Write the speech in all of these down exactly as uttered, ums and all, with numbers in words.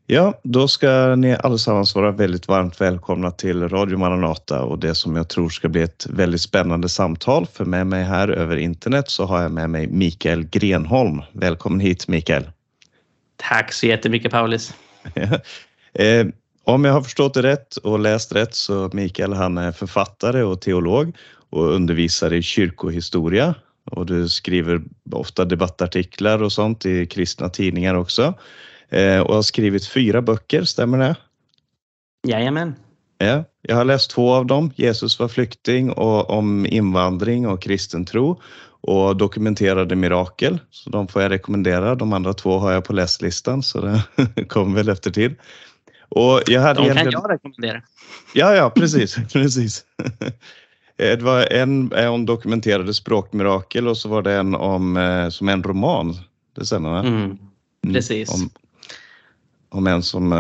Ja, då ska ni allesammans vara väldigt varmt välkomna till Radio Maranata och det som jag tror ska bli ett väldigt spännande samtal. För med mig här över internet så har jag med mig Mikael Grenholm. Välkommen hit, Mikael. Tack så jättemycket, Paulus. eh, om jag har förstått det rätt och läst rätt så Mikael, han är författare och teolog och undervisar i kyrkohistoria. Och du skriver ofta debattartiklar och sånt i kristna tidningar också. Eh, och har skrivit fyra böcker, stämmer det? Jajamän. Ja, jag har läst två av dem. Jesus var flykting och om invandring och kristen tro. Och dokumenterade mirakel. Så de får jag rekommendera. De andra två har jag på läslistan så det kommer väl efter tid. Och jag hade de kan egentligen... jag rekommendera. Ja, ja, precis. precis. Det var en om dokumenterade språkmirakel och så var det en om som en roman. Det stämmer, va? Mm, precis. Om, om en som,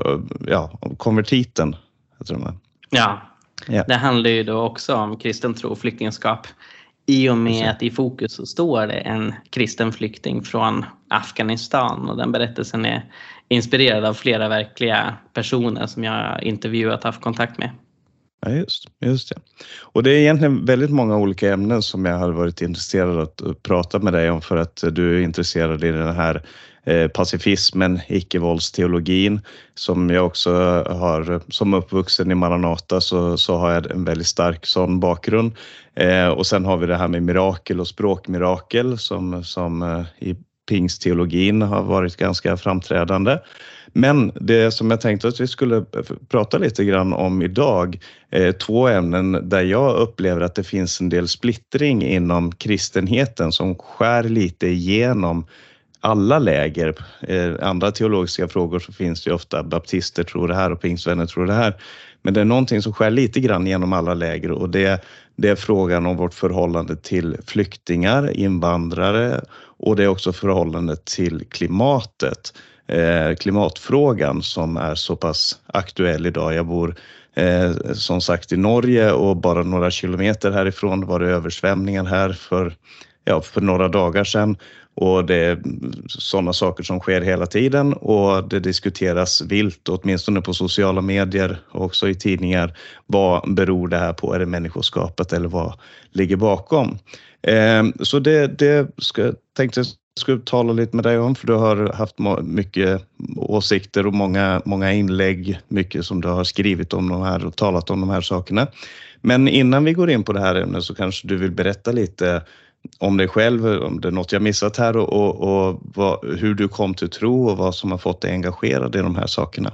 ja, om konvertiten, jag tror man. Ja, ja, det handlar ju då också om kristen tro och flyktingskap. I och med att i fokus så står det en kristen flykting från Afghanistan. Och den berättelsen är inspirerad av flera verkliga personer som jag intervjuat och haft kontakt med. Ja, just, just det. Och det är egentligen väldigt många olika ämnen som jag hade varit intresserad att prata med dig om för att du är intresserad i den här eh, pacifismen, icke-våldsteologin som jag också har, som uppvuxen i Maranata så, så har jag en väldigt stark sån bakgrund. Eh, och sen har vi det här med mirakel och språkmirakel som, som eh, i pingstteologin har varit ganska framträdande. Men det som jag tänkte att vi skulle prata lite grann om idag är två ämnen där jag upplever att det finns en del splittring inom kristenheten som skär lite igenom alla läger. Eh, andra teologiska frågor så finns det ju ofta baptister tror det här och pingstvänner tror det här. Men det är någonting som skär lite grann genom alla läger och det, det är frågan om vårt förhållande till flyktingar, invandrare och det är också förhållandet till klimatet. Eh, klimatfrågan som är så pass aktuell idag. Jag bor eh, som sagt i Norge och bara några kilometer härifrån var det översvämningar här för, ja, för några dagar sedan. Och det är sådana saker som sker hela tiden och det diskuteras vilt, åtminstone på sociala medier och också i tidningar. Vad beror det här på? Är det människoskapet eller vad ligger bakom? Eh, så det, det ska jag tänkte jag skulle tala lite med dig om för du har haft mycket åsikter och många, många inlägg, mycket som du har skrivit om de här och talat om de här sakerna. Men innan vi går in på det här ämnet så kanske du vill berätta lite om dig själv, om det är något jag missat här och, och, och vad, hur du kom till tro och vad som har fått dig engagerad i de här sakerna.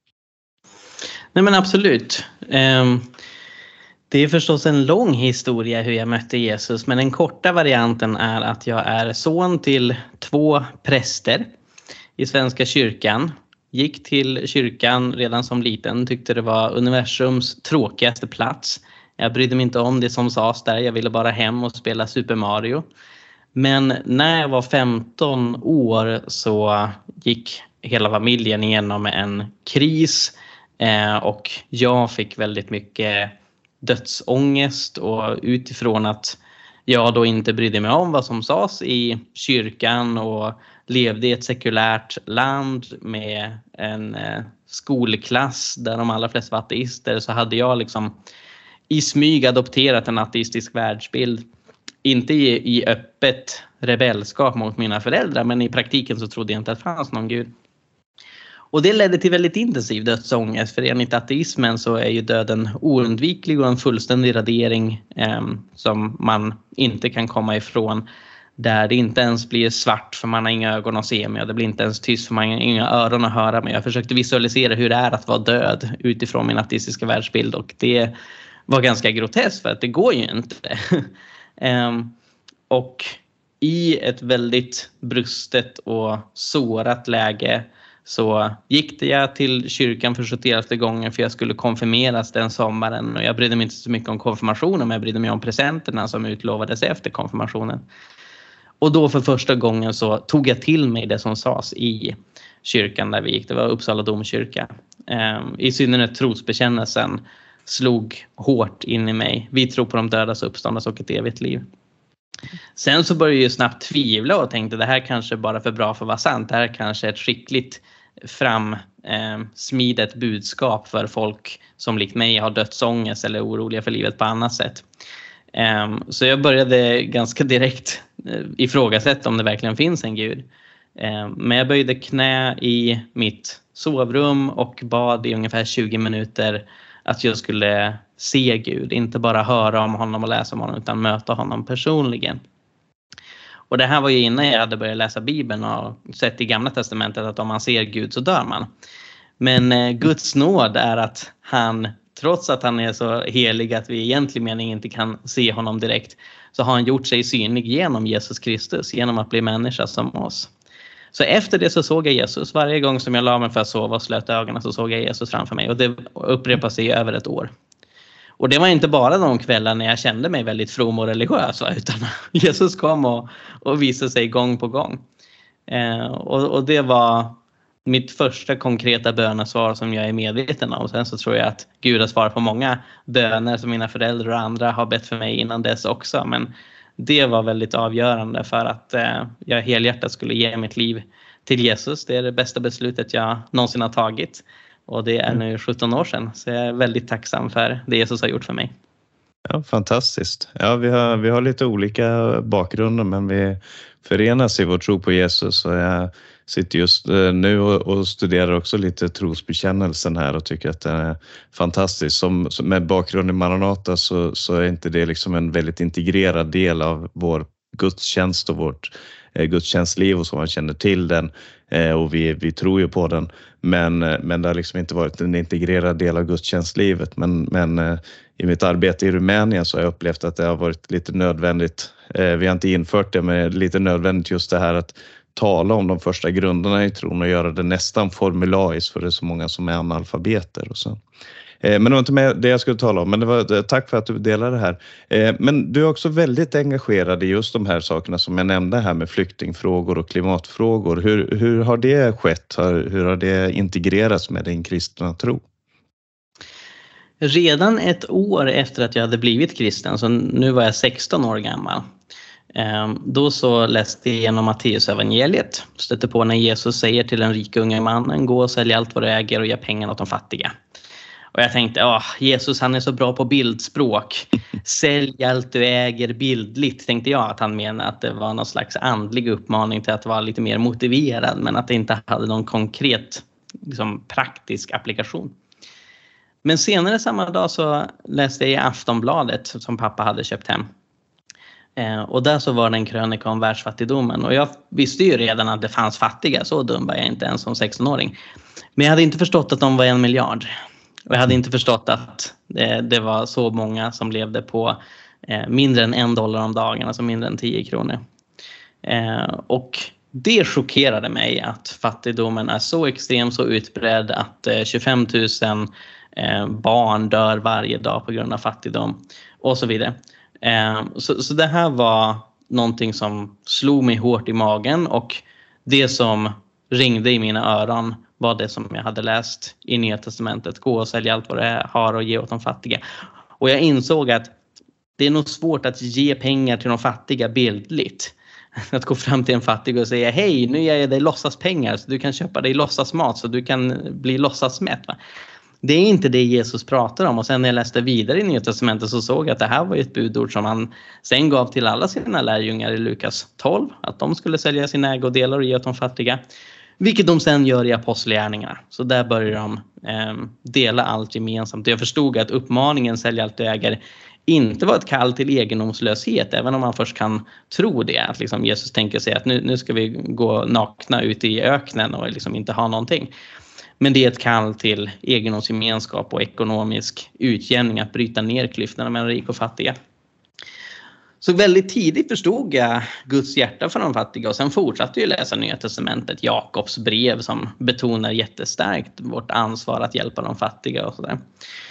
Nej men absolut. Um... Det är förstås en lång historia hur jag mötte Jesus, men den korta varianten är att jag är son till två präster i Svenska kyrkan. Gick till kyrkan redan som liten, tyckte det var universums tråkigaste plats. Jag brydde mig inte om det som sades där, jag ville bara hem och spela Super Mario. Men när jag var femton år så gick hela familjen igenom en kris och jag fick väldigt mycket dödsångest och utifrån att jag då inte brydde mig om vad som sades i kyrkan och levde i ett sekulärt land med en skolklass där de allra flesta var ateister så hade jag liksom i smyg adopterat en ateistisk världsbild. Inte i, i öppet rebellskap mot mina föräldrar men i praktiken så trodde jag inte att det fanns någon gud. Och det ledde till väldigt intensiv dödsångest för enligt ateismen så är ju döden oundviklig och en fullständig radering eh, som man inte kan komma ifrån. Där det inte ens blir svart för man har inga ögon att se med och det blir inte ens tyst för man har inga öron att höra med. Jag försökte visualisera hur det är att vara död utifrån min ateistiska världsbild och det var ganska groteskt för att det går ju inte. eh, och i ett väldigt brustet och sårat läge så gick jag till kyrkan för sjuttionde gången för jag skulle konfirmeras den sommaren. Och jag brydde mig inte så mycket om konfirmationen men jag brydde mig om presenterna som utlovades efter konfirmationen. Och då för första gången så tog jag till mig det som sades i kyrkan där vi gick. Det var Uppsala domkyrka. I synnerhet trosbekännelsen slog hårt in i mig. Vi tror på de dödas uppståndelse och ett evigt liv. Sen så började jag ju snabbt tvivla och tänkte det här kanske bara för bra för att vara sant. Det här kanske är ett skickligt fram eh, smida ett budskap för folk som likt mig har dödsångest eller oroliga för livet på annat sätt. Eh, så jag började ganska direkt eh, ifrågasätta om det verkligen finns en Gud. Eh, men jag böjde knä i mitt sovrum och bad i ungefär tjugo minuter att jag skulle se Gud, inte bara höra om honom och läsa om honom utan möta honom personligen. Och det här var ju innan jag hade börjat läsa Bibeln och sett i Gamla testamentet att om man ser Gud så dör man. Men eh, Guds nåd är att han, trots att han är så helig att vi i egentlig mening inte kan se honom direkt, så har han gjort sig synlig genom Jesus Kristus, genom att bli människa som oss. Så efter det så såg jag Jesus. Varje gång som jag la mig för att sova och slöt ögonen så såg jag Jesus framför mig. Och det upprepade sig i över ett år. Och det var inte bara de kvällar när jag kände mig väldigt from och religiös, va? Utan Jesus kom och, och visade sig gång på gång. Eh, och, och det var mitt första konkreta bönesvar som jag är medveten om. Och sen så tror jag att Gud har svarat på många böner som mina föräldrar och andra har bett för mig innan dess också. Men det var väldigt avgörande för att eh, jag helhjärtat skulle ge mitt liv till Jesus. Det är det bästa beslutet jag någonsin har tagit. Och det är nu sjutton år sedan. Så jag är väldigt tacksam för det Jesus har gjort för mig. Ja, fantastiskt. Ja, vi har, vi har lite olika bakgrunder men vi förenas i vår tro på Jesus. Och jag sitter just nu och, och studerar också lite trosbekännelsen här och tycker att det är fantastiskt. Som, som med bakgrund i Maranata så, så är inte det liksom en väldigt integrerad del av vår gudstjänst och vårt eh, gudstjänstliv och så man känner till den. Eh, och vi, vi tror ju på den. Men, men det har liksom inte varit en integrerad del av gudstjänstlivet. Men, men eh, i mitt arbete i Rumänien så har jag upplevt att det har varit lite nödvändigt. Eh, vi har inte infört det, men lite nödvändigt just det här att tala om de första grunderna i tron och göra det nästan formulariskt för det är så många som är analfabeter och så. Eh, men det var inte med det jag skulle tala om, men det var, tack för att du delade det här. Eh, men du är också väldigt engagerad i just de här sakerna som jag nämnde här med flyktingfrågor och klimatfrågor. Hur, hur har det skett? Hur, hur har det integrerats med din kristna tro? Redan ett år efter att jag hade blivit kristen, så nu var jag sexton år gammal. Då så läste jag igenom Matteus evangeliet. Stötte på när Jesus säger till den rika unga mannen: gå och sälj allt vad du äger och ge pengar åt de fattiga. Och jag tänkte, åh, Jesus han är så bra på bildspråk. Sälj allt du äger bildligt, tänkte jag att han menade att det var någon slags andlig uppmaning till att vara lite mer motiverad. Men att det inte hade någon konkret liksom, praktisk applikation. Men senare samma dag så läste jag i Aftonbladet som pappa hade köpt hem. Eh, och där så var det en krönika om världsfattigdomen. Och jag visste ju redan att det fanns fattiga, så dum var jag inte ens som sexton-åring. Men jag hade inte förstått att de var en miljard. Och jag hade inte förstått att det, det var så många som levde på eh, mindre än en dollar om dagen, alltså mindre än tio kronor. Eh, och det chockerade mig att fattigdomen är så extrem, så utbredd att eh, tjugofem tusen eh, barn dör varje dag på grund av fattigdom och så vidare. Eh, så, så det här var någonting som slog mig hårt i magen, och det som ringde i mina öron var det som jag hade läst i Nya testamentet: gå och sälja allt vad du har och ge åt de fattiga. Och jag insåg att det är nog svårt att ge pengar till de fattiga bildligt. Att gå fram till en fattig och säga: hej, nu ger jag dig låtsaspengar så du kan köpa dig låtsasmat så du kan bli låtsasmätt. Va? Det är inte det Jesus pratar om. Och sen när jag läste vidare i Nya testamentet så såg jag att det här var ett budord som han sen gav till alla sina lärjungar i Lukas tolv. Att de skulle sälja sina ägodelar och ge åt de fattiga. Vilket de sen gör i apostlagärningarna. Så där börjar de eh, dela allt gemensamt. Jag förstod att uppmaningen sälja allt du äger inte var ett kall till egendomslöshet. Även om man först kan tro det. Att liksom Jesus tänker sig att nu, nu ska vi gå nakna ut i öknen och liksom inte ha någonting. Men det är ett kall till egendomsgemenskap och ekonomisk utjämning. Att bryta ner klyftorna mellan rik och fattiga. Så väldigt tidigt förstod jag Guds hjärta för de fattiga, och sen fortsatte jag läsa Nya testamentet, Jakobs brev, som betonar jättestarkt vårt ansvar att hjälpa de fattiga och sådär.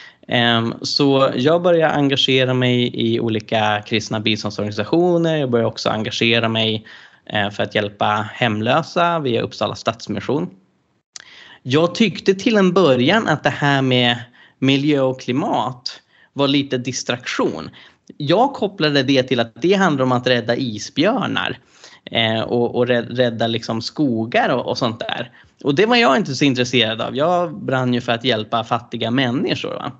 Så jag började engagera mig i olika kristna biståndsorganisationer. Jag började också engagera mig för att hjälpa hemlösa via Uppsala Stadsmission. Jag tyckte till en början att det här med miljö och klimat var lite distraktion. jag kopplade det till att det handlar om att rädda isbjörnar eh, och, och rädda liksom skogar och, och sånt där. Och det var jag inte så intresserad av. Jag brann ju för att hjälpa fattiga människor, va?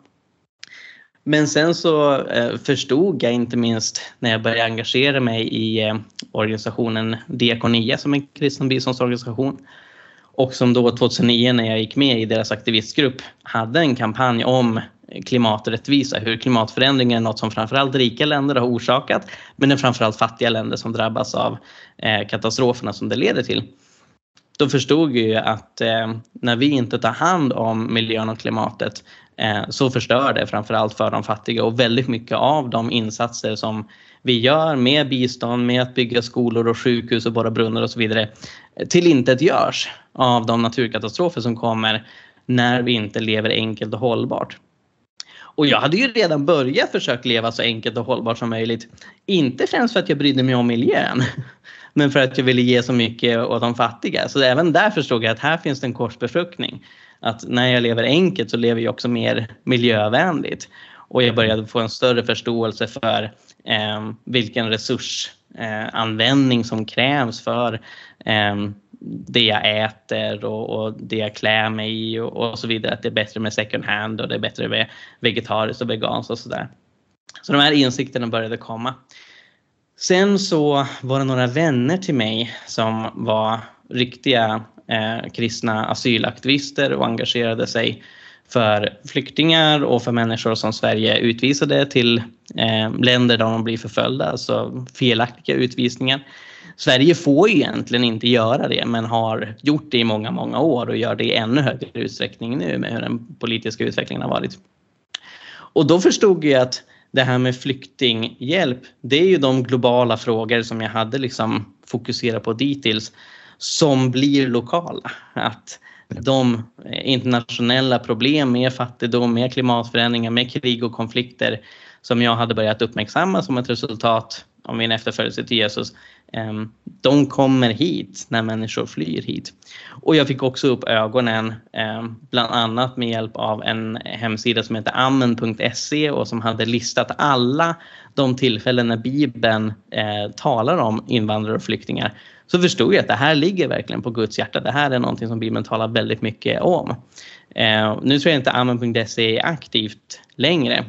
Men sen så eh, förstod jag, inte minst när jag började engagera mig i eh, organisationen Diakonia, som är en kristen biståndsorganisation. Och som då tjugohundranio, när jag gick med i deras aktivistgrupp, hade en kampanj om klimaträttvisa. Hur klimatförändringen är något som framförallt rika länder har orsakat, men det är framförallt fattiga länder som drabbas av eh, katastroferna som det leder till. Då förstod jag ju att eh, när vi inte tar hand om miljön och klimatet eh, så förstör det framförallt för de fattiga. Och väldigt mycket av de insatser som vi gör med bistånd, med att bygga skolor och sjukhus och borra brunnar och så vidare, till intet görs av de naturkatastrofer som kommer när vi inte lever enkelt och hållbart. Och jag hade ju redan börjat försöka leva så enkelt och hållbart som möjligt. Inte främst för att jag brydde mig om miljön, men för att jag ville ge så mycket åt de fattiga. Så även där förstod jag att här finns det en korsbefruktning. Att när jag lever enkelt så lever jag också mer miljövänligt. Och jag började få en större förståelse för eh, vilken resursanvändning eh, som krävs för eh, det jag äter och, och det jag klär mig i och, och så vidare. Att det är bättre med second hand och det är bättre med vegetariskt och veganskt och sådär. Så de här insikterna började komma. Sen så var det några vänner till mig som var riktiga eh, kristna asylaktivister och engagerade sig för flyktingar och för människor som Sverige utvisade till eh, länder där de blir förföljda, alltså felaktiga utvisningar. Sverige får ju egentligen inte göra det, men har gjort det i många, många år och gör det i ännu högre utsträckning nu med hur den politiska utvecklingen har varit. Och då förstod jag att det här med flyktinghjälp, det är ju de globala frågor som jag hade liksom fokuserat på dittills som blir lokala. Att de internationella problem med fattigdom, med klimatförändringar, med krig och konflikter som jag hade börjat uppmärksamma som ett resultat av min efterföljelse till Jesus, de kommer hit när människor flyr hit. Och jag fick också upp ögonen, bland annat med hjälp av en hemsida som heter amen punkt se och som hade listat alla de tillfällen när Bibeln talar om invandrare och flyktingar. Så förstod jag att det här ligger verkligen på Guds hjärta. Det här är någonting som Bibeln talar väldigt mycket om. Nu tror jag inte amen punkt se är aktivt längre.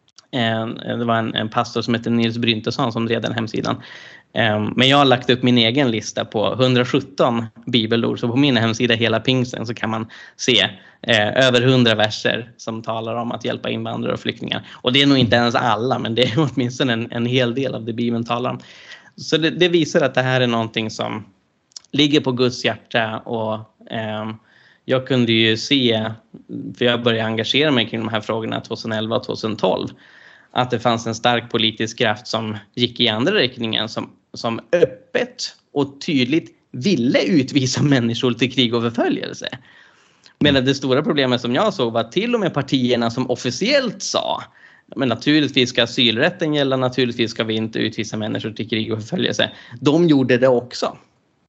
Det var en, en pastor som heter Nils Bryntesson som drev den hemsidan. Men jag har lagt upp min egen lista på hundrasjutton bibelord. Så på min hemsida hela pingsten så kan man se eh, över hundra verser som talar om att hjälpa invandrare och flyktingar. Och det är nog inte ens alla, men det är åtminstone en, en hel del av det Bibeln talar om. Så det, det visar att det här är någonting som ligger på Guds hjärta. Och eh, jag kunde ju se, för jag började engagera mig kring de här frågorna tjugoelva och tjugotolv, att det fanns en stark politisk kraft som gick i andra riktningen, som, som öppet och tydligt ville utvisa människor till krig och förföljelse. Men det stora problemet som jag såg var att till och med partierna som officiellt sa, men naturligtvis ska asylrätten gälla, naturligtvis ska vi inte utvisa människor till krig och förföljelse, de gjorde det också.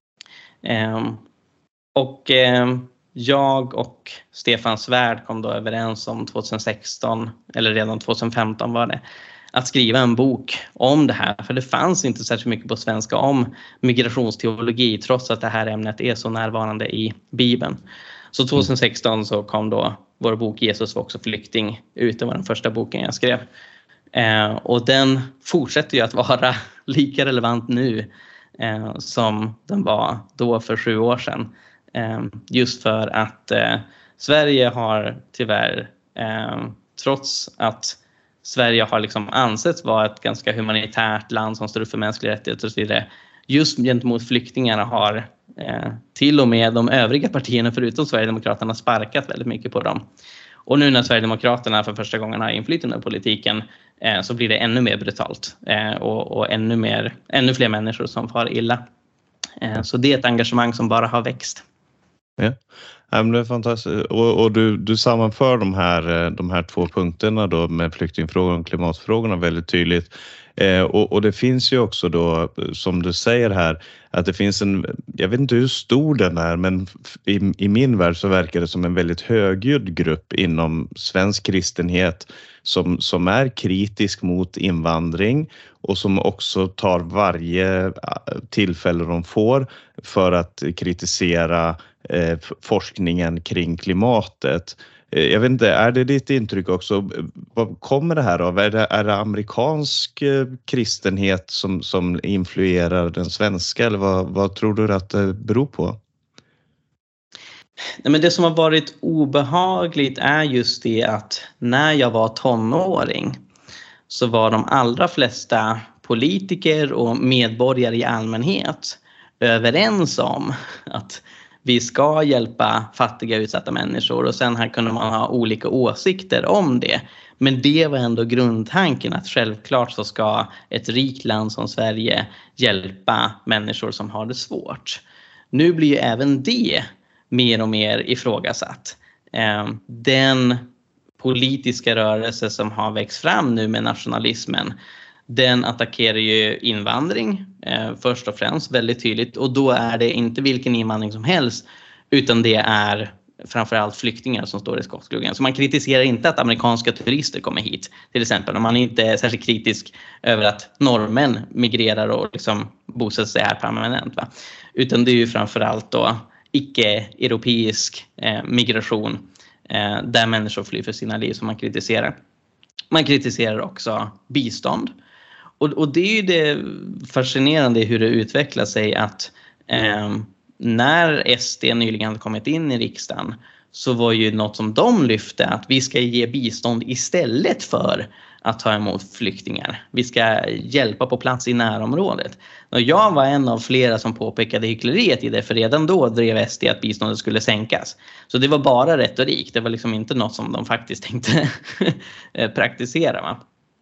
Ehm, och ehm, jag och Stefan Svärd kom då överens om tjugohundrasexton, eller redan tjugohundrafemton var det, att skriva en bok om det här. För det fanns inte särskilt mycket på svenska om migrationsteologi, trots att det här ämnet är så närvarande i Bibeln. Så tjugohundrasexton så kom då vår bok Jesus var också flykting ut. Det var den första boken jag skrev. Eh, och den fortsätter ju att vara lika relevant nu eh, som den var då för sju år sedan. Eh, just för att eh, Sverige har tyvärr, eh, trots att Sverige har liksom ansetts vara ett ganska humanitärt land som står upp för mänskliga rättigheter och så vidare, just gentemot flyktingarna har eh, till och med de övriga partierna förutom Sverigedemokraterna sparkat väldigt mycket på dem. Och nu när Sverigedemokraterna för första gången har inflytande i politiken eh, så blir det ännu mer brutalt eh, och, och ännu, mer, ännu fler människor som far illa. Eh, så det är ett engagemang som bara har växt. Ja, ja men det är fantastiskt. Och, och du, du sammanför de här, de här två punkterna då med flyktingfrågan och klimatfrågorna väldigt tydligt. Eh, och, och det finns ju också då, som du säger här, att det finns en, jag vet inte hur stor den är, men i, i min värld så verkar det som en väldigt högljudd grupp inom svensk kristenhet som, som är kritisk mot invandring och som också tar varje tillfälle de får för att kritisera eh, forskningen kring klimatet. Jag vet inte, är det ditt intryck också? Vad kommer det här av? Är det, är det amerikansk kristenhet som, som influerar den svenska eller vad, vad tror du att det beror på? Nej, men det som har varit obehagligt är just det att när jag var tonåring så var de allra flesta politiker och medborgare i allmänhet överens om att vi ska hjälpa fattiga utsatta människor, och sen här kunde man ha olika åsikter om det. Men det var ändå grundtanken att självklart så ska ett rikt land som Sverige hjälpa människor som har det svårt. Nu blir ju även det mer och mer ifrågasatt. Den politiska rörelse som har växt fram nu med nationalismen, den attackerar ju invandring eh, först och främst väldigt tydligt, och då är det inte vilken invandring som helst utan det är framförallt flyktingar som står i skottgluggen. Så man kritiserar inte att amerikanska turister kommer hit till exempel, och man är inte särskilt kritisk över att norrmän migrerar och liksom bosätter sig här permanent, va? Utan det är ju framförallt då icke-europeisk eh, migration eh, där människor flyr för sina liv som man kritiserar. Man kritiserar också bistånd. Och, och det är ju det fascinerande hur det utvecklar sig att eh, när S D nyligen hade kommit in i riksdagen så var ju något som de lyfte att vi ska ge bistånd istället för att ta emot flyktingar. Vi ska hjälpa på plats i närområdet. Och jag var en av flera som påpekade hyckleriet i det, för redan då drev S D att biståndet skulle sänkas. Så det var bara retorik, det var liksom inte något som de faktiskt tänkte praktisera, va?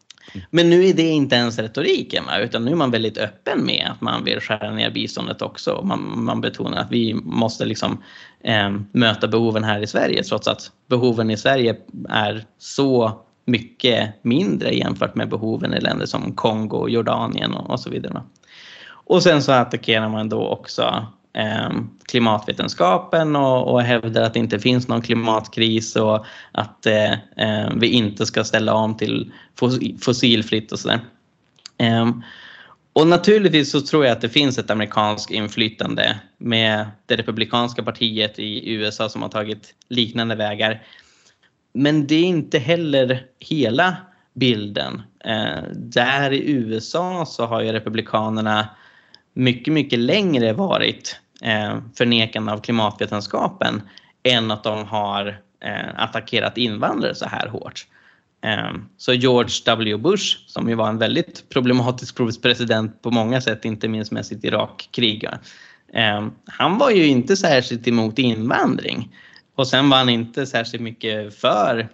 Men nu är det inte ens retoriken, va? Utan nu är man väldigt öppen med att man vill skära ner biståndet också. Man, man betonar att vi måste liksom, eh, möta behoven här i Sverige, trots att behoven i Sverige är så mycket mindre jämfört med behoven i länder som Kongo, Jordanien och, och så vidare. Och sen så attackerar man då också eh, klimatvetenskapen och, och hävdar att det inte finns någon klimatkris och att eh, vi inte ska ställa om till fossilfritt och sådär. Eh, och naturligtvis så tror jag att det finns ett amerikanskt inflytande med det republikanska partiet i U S A som har tagit liknande vägar. Men det är inte heller hela bilden. Eh, där i U S A så har ju republikanerna mycket, mycket längre varit eh, förnekande av klimatvetenskapen än att de har eh, attackerat invandrare så här hårt. Eh, så George W. Bush, som ju var en väldigt problematisk president på många sätt, inte minst med sitt Irakkrig, eh, han var ju inte särskilt emot invandring. Och sen var han inte särskilt mycket för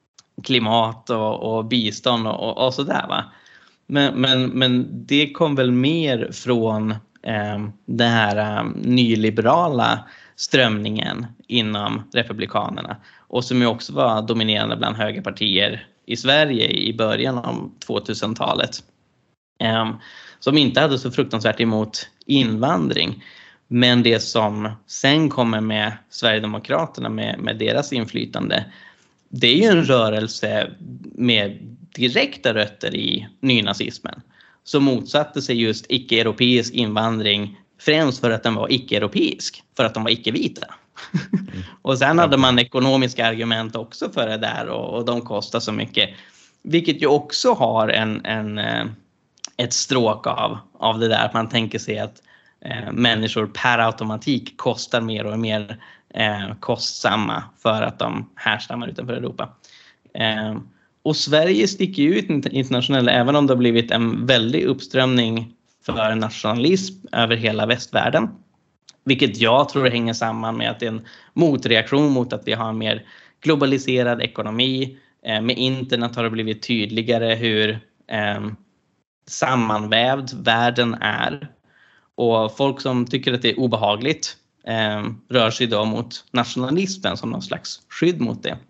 klimat och, och bistånd och, och sådär, va. Men, men, men det kom väl mer från eh, den här eh, nyliberala strömningen inom republikanerna. Och som ju också var dominerande bland högerpartier i Sverige i början av tvåtusentalet. Eh, som inte hade så fruktansvärt emot invandring. Men det som sen kommer med Sverigedemokraterna med, med deras inflytande, det är ju en rörelse med direkta rötter i nynazismen. Som motsatte sig just icke-europeisk invandring främst för att den var icke-europeisk, för att de var icke-vita. Mm. Och sen hade man ekonomiska argument också för det där och, och de kostar så mycket. Vilket ju också har en, en, ett stråk av, av det där att man tänker sig att Eh, människor per automatik kostar mer och mer eh, kostsamma för att de härstammar utanför Europa. Eh, och Sverige sticker ut internationellt, även om det har blivit en väldig uppströmning för nationalism över hela västvärlden. Vilket jag tror hänger samman med att det är en motreaktion mot att vi har en mer globaliserad ekonomi. Eh, med internet har det blivit tydligare hur eh, sammanvävd världen är. Och folk som tycker att det är obehagligt eh, rör sig då mot nationalismen som någon slags skydd mot det.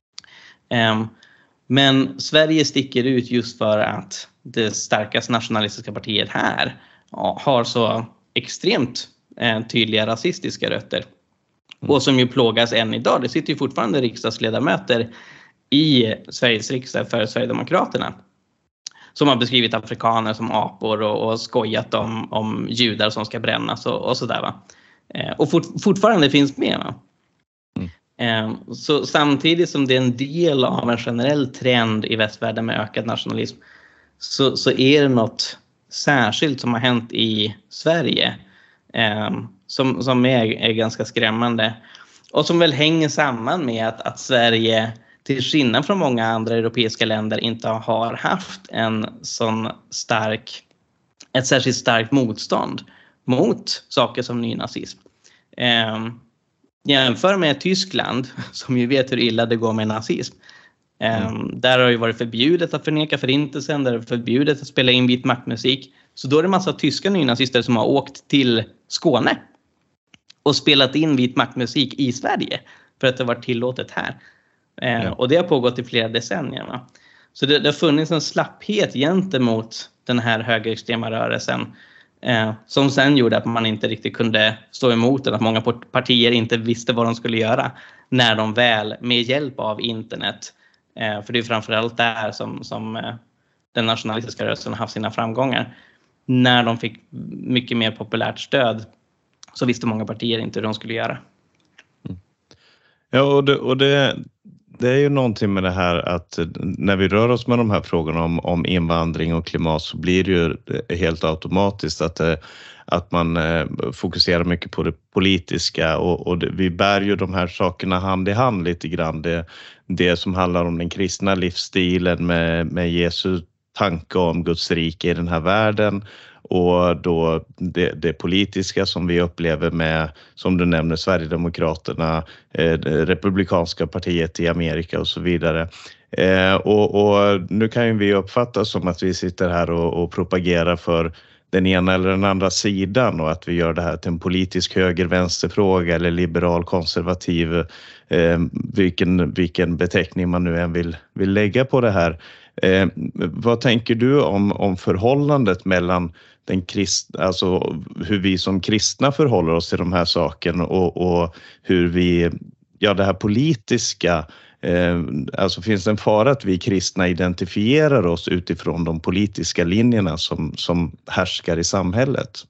Eh, men Sverige sticker ut just för att det starkaste nationalistiska partiet här har så extremt eh, tydliga rasistiska rötter. Mm. Och som ju plågas än idag. Det sitter ju fortfarande riksdagsledamöter i Sveriges riksdag för Sverigedemokraterna som har beskrivit afrikaner som apor och, och skojat om, om judar som ska brännas och, och sådär va. Eh, och fort, fortfarande finns med va. Mm. Eh, så samtidigt som det är en del av en generell trend i västvärlden med ökad nationalism så, så är det något särskilt som har hänt i Sverige eh, som, som är, är ganska skrämmande och som väl hänger samman med att, att Sverige till skillnad från många andra europeiska länder inte har haft en sån stark, ett särskilt starkt motstånd mot saker som nynazism. Eh, jämför med Tyskland som ju vet hur illa det går med nazism. Eh, mm. Där har det varit förbjudet att förneka förintelsen, där är det förbjudet att spela in vit maktmusik. Så då är det en massa tyska nynazister som har åkt till Skåne och spelat in vit maktmusik i Sverige för att det var tillåtet här. Eh, ja. Och det har pågått i flera decennier. Va? Så det, det har funnits en slapphet gentemot den här högerextrema rörelsen eh, som sen gjorde att man inte riktigt kunde stå emot den. Att många partier inte visste vad de skulle göra när de väl med hjälp av internet, eh, för det är framförallt där som, som eh, den nationalistiska rörelsen har haft sina framgångar. När de fick mycket mer populärt stöd så visste många partier inte hur de skulle göra. Mm. Ja, och det... Och det... Det är ju någonting med det här att när vi rör oss med de här frågorna om, om invandring och klimat så blir det ju helt automatiskt att, att man fokuserar mycket på det politiska och, och det, vi bär ju de här sakerna hand i hand lite grann. Det, det som handlar om den kristna livsstilen med, med Jesu tanke om Guds rike i den här världen. Och då det, det politiska som vi upplever med, som du nämner, Sverigedemokraterna, eh, Republikanska partiet i Amerika och så vidare. Eh, och, och nu kan ju vi uppfatta som att vi sitter här och, och propagerar för den ena eller den andra sidan och att vi gör det här till en politisk höger-vänsterfråga eller liberal-konservativ, eh, vilken, vilken beteckning man nu än vill, vill lägga på det här. Eh, vad tänker du om, om förhållandet mellan den krist, alltså hur vi som kristna förhåller oss till de här sakerna och, och hur vi, ja det här politiska, eh, alltså finns det en fara att vi kristna identifierar oss utifrån de politiska linjerna som, som härskar i samhället?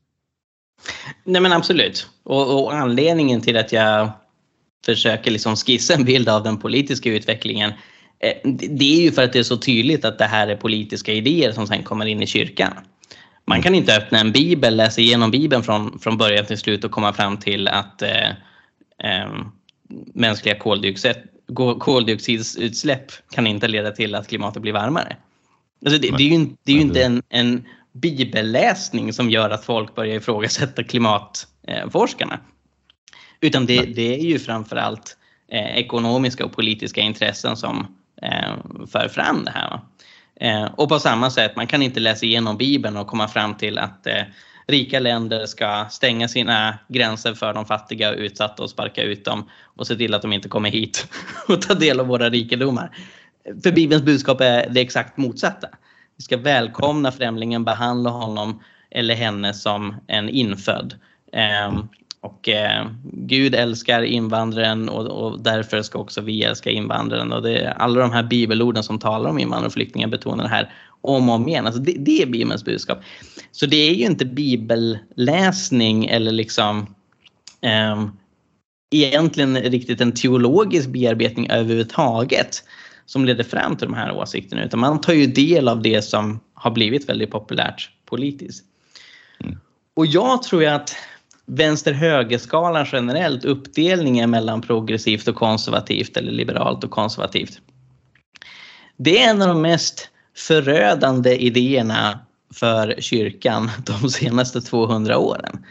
Nej men absolut, och, och anledningen till att jag försöker liksom skissa en bild av den politiska utvecklingen, det är ju för att det är så tydligt att det här är politiska idéer som sen kommer in i kyrkan. Man kan inte öppna en bibel, läsa igenom bibeln från, från början till slut och komma fram till att eh, eh, mänskliga koldioxid, koldioxidutsläpp kan inte leda till att klimatet blir varmare. Alltså det, det är ju, det är ju inte en, en bibelläsning som gör att folk börjar ifrågasätta klimatforskarna. Utan det, det är ju framförallt eh, ekonomiska och politiska intressen som eh, för fram det här. Va? Eh, och på samma sätt, man kan inte läsa igenom Bibeln och komma fram till att eh, rika länder ska stänga sina gränser för de fattiga och utsatta och sparka ut dem och se till att de inte kommer hit och ta del av våra rikedomar. För Bibelns budskap är det exakt motsatta. Vi ska välkomna främlingen, behandla honom eller henne som en infödd. Eh, och eh, Gud älskar invandraren och, och därför ska också vi älska invandraren. Och det är alla de här bibelorden som talar om invandrare och flyktingar betonar det här om och om igen. Alltså det, det är Bibelns budskap. Så det är ju inte bibelläsning eller liksom eh, egentligen riktigt en teologisk bearbetning överhuvudtaget som leder fram till de här åsikterna. Utan man tar ju del av det som har blivit väldigt populärt politiskt. Mm. Och jag tror ju att vänster-högerskalan generellt, uppdelningen mellan progressivt och konservativt eller liberalt och konservativt, det är en av de mest förödande idéerna för kyrkan de senaste tvåhundra åren.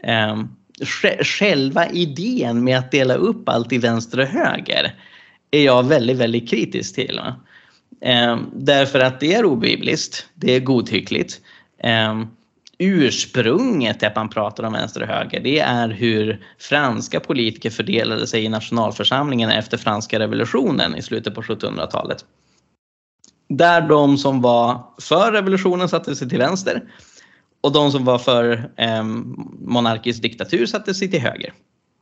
Själva idén med att dela upp allt i vänster och höger är jag väldigt, väldigt kritisk till. Därför att det är obibliskt, det är godtyckligt. ursprunget till att man pratar om vänster och höger, det är hur franska politiker fördelade sig i nationalförsamlingen efter franska revolutionen i slutet på sjuttonhundratalet. Där de som var för revolutionen satte sig till vänster och de som var för eh, monarkisk diktatur satte sig till höger.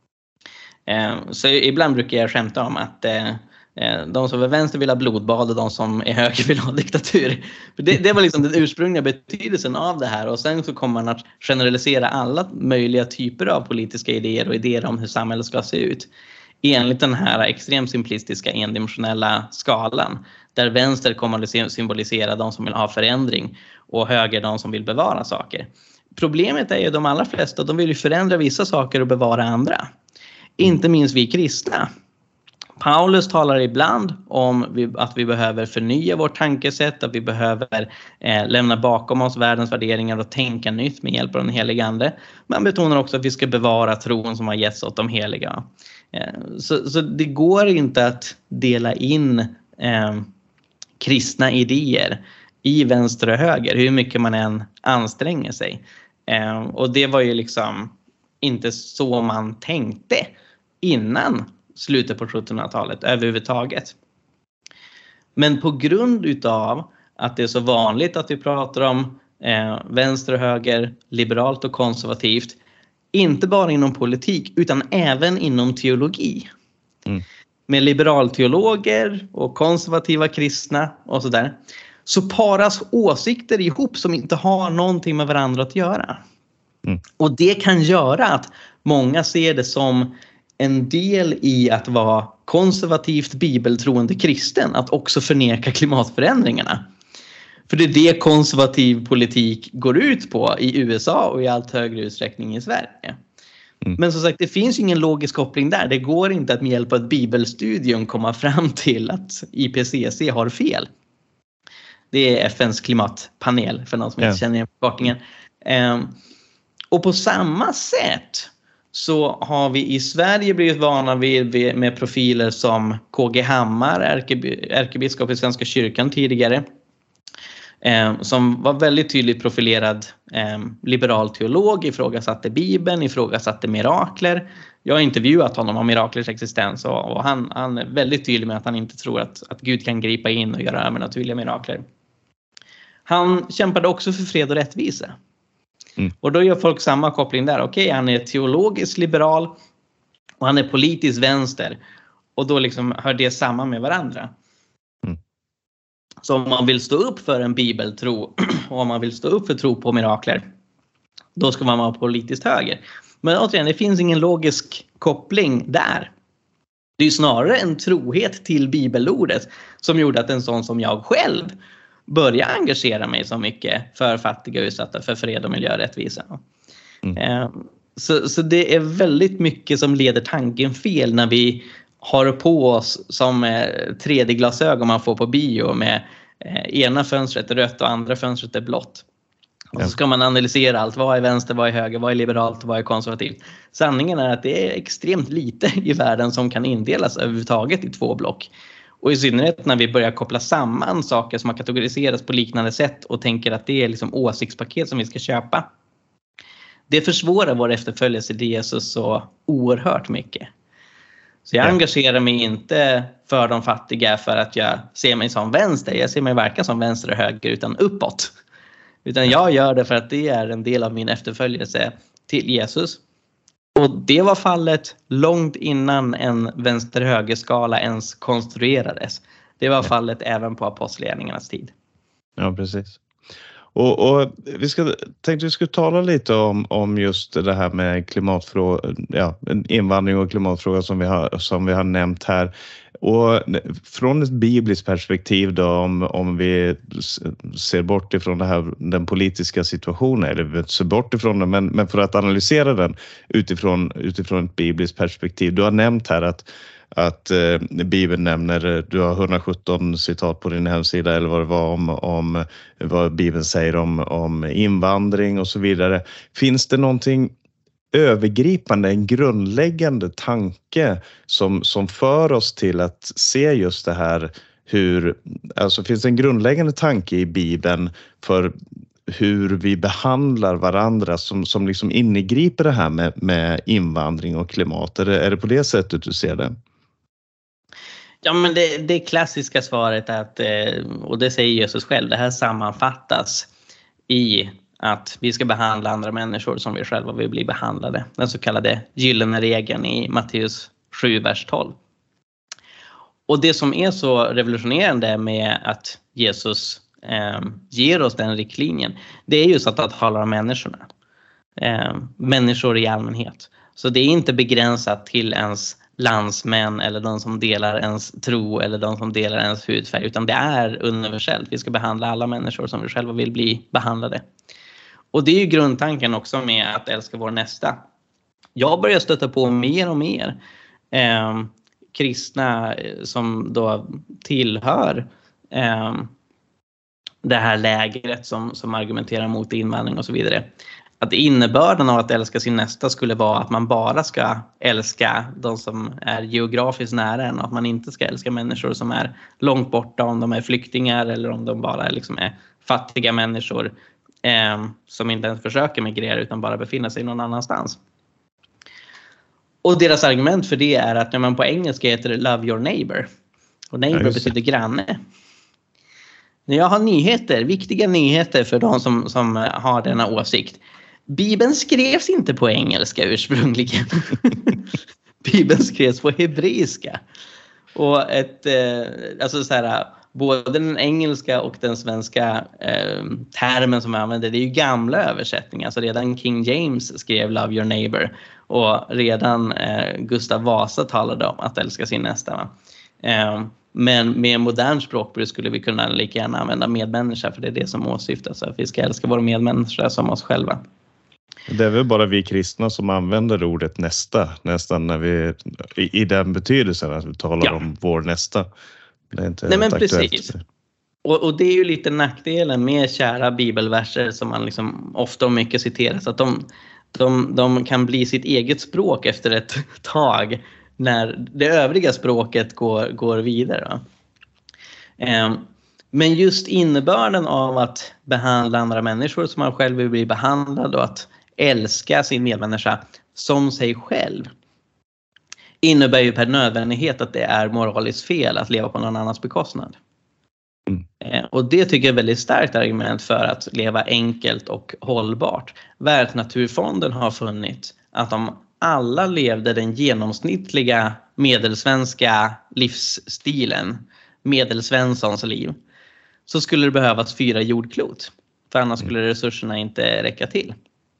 Eh, så ibland brukar jag skämta om att eh, de som är vänster vill ha blodbad och de som är höger vill ha diktatur. För det, det var liksom den ursprungliga betydelsen av det här. Och sen så kommer man att generalisera alla möjliga typer av politiska idéer och idéer om hur samhället ska se ut enligt den här extremt simplistiska endimensionella skalan. Där vänster kommer att symbolisera de som vill ha förändring och höger de som vill bevara saker. Problemet är ju att de allra flesta, de vill ju förändra vissa saker och bevara andra. Inte minst vi kristna. Paulus talar ibland om att vi behöver förnya vårt tankesätt, att vi behöver eh, lämna bakom oss världens värderingar och tänka nytt med hjälp av den heliga ande. Man betonar också att vi ska bevara tron som har getts åt de heliga. Eh, så, så det går inte att dela in eh, kristna idéer i vänster och höger, hur mycket man än anstränger sig. Eh, och det var ju liksom inte så man tänkte innan slutet på sjuttonhundratalet överhuvudtaget. Men på grund utav att det är så vanligt att vi pratar om eh, vänster och höger, liberalt och konservativt, inte bara inom politik utan även inom teologi. Mm. Med liberalteologer och konservativa kristna och sådär, så paras åsikter ihop som inte har någonting med varandra att göra. Mm. Och det kan göra att många ser det som en del i att vara konservativt bibeltroende kristen, att också förneka klimatförändringarna. För det är det konservativ politik går ut på i U S A och i allt högre utsträckning i Sverige. Mm. Men som sagt, det finns ju ingen logisk koppling där. Det går inte att med hjälp av ett bibelstudium komma fram till att I P C C har fel. Det är F N:s klimatpanel, för någon som yeah. inte känner igen förkortningen. Um, och på samma sätt så har vi i Sverige blivit vana vid med profiler som K G Hammar, ärkebiskop i Svenska kyrkan tidigare, eh, som var väldigt tydligt profilerad eh, liberal teolog, ifrågasatte Bibeln, ifrågasatte mirakler. Jag har intervjuat honom om miraklers existens och, och han, han är väldigt tydlig med att han inte tror att, att Gud kan gripa in och göra övernaturliga mirakler. Han kämpade också för fred och rättvisa. Mm. Och då gör folk samma koppling där. Okej, okay, han är teologisk liberal och han är politisk vänster. Och då liksom hör det samman med varandra. Mm. Så om man vill stå upp för en bibeltro och om man vill stå upp för tro på mirakler, då ska man vara politiskt höger. Men återigen, det finns ingen logisk koppling där. Det är snarare en trohet till bibelordet som gjorde att en sån som jag själv börja engagera mig så mycket för fattiga och utsatta, för fred och miljörättvisa. Mm. Så, så det är väldigt mycket som leder tanken fel när vi har på oss som tre D-glasögon man får på bio med ena fönstret är rött och andra fönstret är blått. Och så ska man analysera allt. Vad är vänster, vad är höger, vad är liberalt, vad är konservativt. Sanningen är att det är extremt lite i världen som kan indelas överhuvudtaget i två block. Och i synnerhet när vi börjar koppla samman saker som har kategoriserats på liknande sätt och tänker att det är liksom åsiktspaket som vi ska köpa. Det försvårar vår efterföljelse till Jesus så oerhört mycket. Så jag engagerar mig inte för de fattiga för att jag ser mig som vänster. Jag ser mig varken som vänster och höger utan uppåt. Utan jag gör det för att det är en del av min efterföljelse till Jesus. Och det var fallet långt innan en vänster-höger-skala ens konstruerades. Det var fallet även på apostlagärningarnas tid. Ja, precis. Och, och vi ska, tänkte vi skulle tala lite om, om just det här med klimatfråga, ja, invandring och klimatfråga som vi har, som vi har nämnt här. Och från ett bibliskt perspektiv då, om, om vi ser bort ifrån det här, den politiska situationen, eller vi ser bort ifrån den, men, men för att analysera den utifrån, utifrån ett bibliskt perspektiv. Du har nämnt här att, att eh, Bibeln nämner, du har hundrasjutton citat på din hemsida eller vad det var om, om vad Bibeln säger om, om invandring och så vidare. Finns det någonting övergripande, en grundläggande tanke som, som för oss till att se just det här, hur, alltså finns det en grundläggande tanke i Bibeln för hur vi behandlar varandra som, som liksom inbegriper det här med, med invandring och klimat? Är det, är det på det sättet du ser det? Ja, men det, det klassiska svaret är att, och det säger Jesus själv, det här sammanfattas i att vi ska behandla andra människor som vi själva vill bli behandlade. Den så kallade gyllene regeln i Matteus sju, vers tolv. Och det som är så revolutionerande med att Jesus eh, ger oss den riktlinjen, det är just att han talar om människorna. Eh, människor i allmänhet. Så det är inte begränsat till ens landsmän eller de som delar ens tro eller de som delar ens hudfärg, utan det är universellt. Vi ska behandla alla människor som vi själva vill bli behandlade. Och det är ju grundtanken också med att älska vår nästa. Jag börjar stöta på mer och mer eh, kristna som då tillhör eh, det här lägret som, som argumenterar mot invandring och så vidare. Att innebörden av att älska sin nästa skulle vara att man bara ska älska de som är geografiskt nära en och att man inte ska älska människor som är långt borta, om de är flyktingar eller om de bara liksom är fattiga människor eh, som inte ens försöker migrera utan bara befinner sig någon annanstans. Och deras argument för det är att när man på engelska heter det love your neighbor. Och neighbor ja, betyder granne. Jag har nyheter, viktiga nyheter för de som, som har denna åsikt. Bibeln skrevs inte på engelska ursprungligen. Bibeln skrevs på hebreiska. Och ett, eh, alltså så här, både den engelska och den svenska eh, termen som jag använder, det är ju gamla översättningar. Alltså redan King James skrev love your neighbor. Och redan eh, Gustav Vasa talade om att älska sin nästa. Va? Eh, men med modern språkbruk skulle vi kunna lika gärna använda medmänniska, för det är det som åsyftas. Att vi ska älska våra medmänniskor som oss själva. Det är väl bara vi kristna som använder ordet nästa nästan när vi i, i den betydelsen att vi talar ja. om vår nästa. Det är inte Nej, men precis. Och, och det är ju lite nackdelen med kära bibelverser som man liksom ofta och mycket citeras, att de, de, de kan bli sitt eget språk efter ett tag när det övriga språket går, går vidare. Eh, men just innebörden av att behandla andra människor som man själv vill bli behandlad och att älska sin medmänniska som sig själv innebär ju per nödvändighet att det är moraliskt fel att leva på någon annans bekostnad. Mm. Eh, och det tycker jag är ett väldigt starkt argument för att leva enkelt och hållbart. Världsnaturfonden har funnit att om alla levde den genomsnittliga medelsvenska livsstilen, medelsvenssons liv, så skulle det behövas fyra jordklot. För annars skulle resurserna inte räcka till.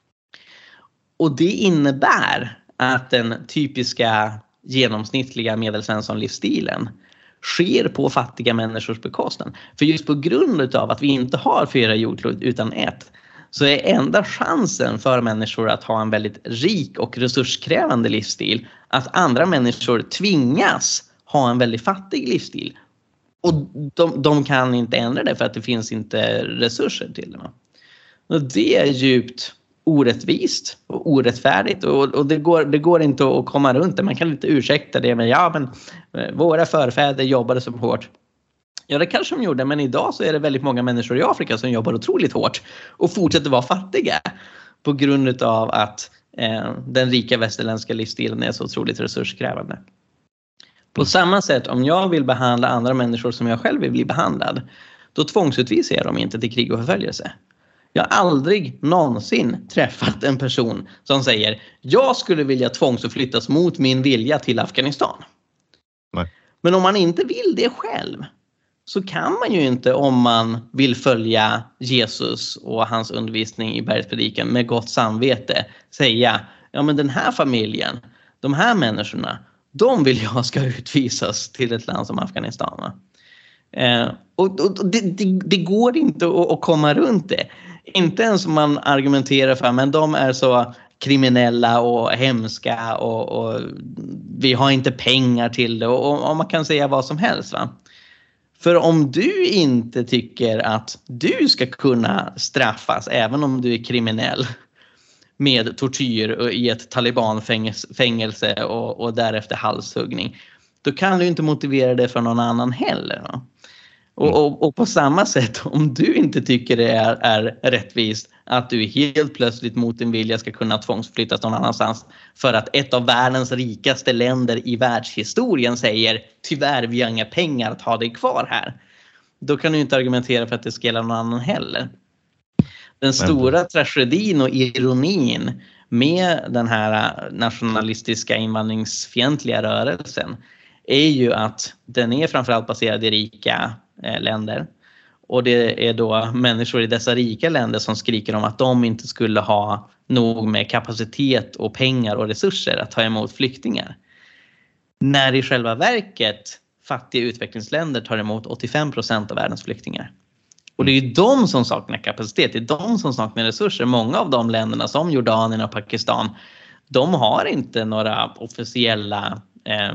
Och det innebär att den typiska genomsnittliga medelsvensson livsstilen sker på fattiga människors bekostnad. För just på grund av att vi inte har fyra jordklot utan ett, så är enda chansen för människor att ha en väldigt rik och resurskrävande livsstil att andra människor tvingas ha en väldigt fattig livsstil. Och de, de kan inte ändra det för att det finns inte resurser till det. Och det är djupt orättvist och orättfärdigt, och, och det, går, det går inte att komma runt det. Man kan inte ursäkta det med ja men våra förfäder jobbade så hårt. Ja, det kanske de gjorde, men idag så är det väldigt många människor i Afrika som jobbar otroligt hårt och fortsätter vara fattiga på grund av att eh, den rika västerländska livsstilen är så otroligt resurskrävande. På samma sätt, om jag vill behandla andra människor som jag själv vill bli behandlad, då tvångsutvisar jag dem inte till krig och förföljelse. Jag har aldrig någonsin träffat en person som säger jag skulle vilja tvångsförflyttas mot min vilja till Afghanistan. Nej. Men om man inte vill det själv, så kan man ju inte, om man vill följa Jesus och hans undervisning i bergspredikan med gott samvete, säga ja men den här familjen, de här människorna, de vill jag ska utvisas till ett land som Afghanistan. Eh, och och det, det, det går inte att, att komma runt det. Inte ens om man argumenterar för men de är så kriminella och hemska och, och vi har inte pengar till det, och, och man kan säga vad som helst, va? För om du inte tycker att du ska kunna straffas även om du är kriminell med tortyr i ett talibanfängelse och, och därefter halshuggning, då kan du inte motivera det för någon annan heller. Va? Och, och, och på samma sätt, om du inte tycker det är, är rättvist att du helt plötsligt mot din vilja ska kunna tvångsflyttas någon annanstans för att ett av världens rikaste länder i världshistorien säger tyvärr, vi har inga pengar att ha dig kvar här. Då kan du inte argumentera för att det ska gälla någon annan heller. Den stora tragedin och ironin med den här nationalistiska invandringsfientliga rörelsen är ju att den är framförallt baserad i rika eh, länder. Och det är då människor i dessa rika länder som skriker om att de inte skulle ha nog med kapacitet och pengar och resurser att ta emot flyktingar. När i själva verket fattiga utvecklingsländer tar emot åttiofem procent av världens flyktingar. Och det är ju de som saknar kapacitet, det är de som saknar resurser. Många av de länderna som Jordanien och Pakistan, de har inte några officiella eh,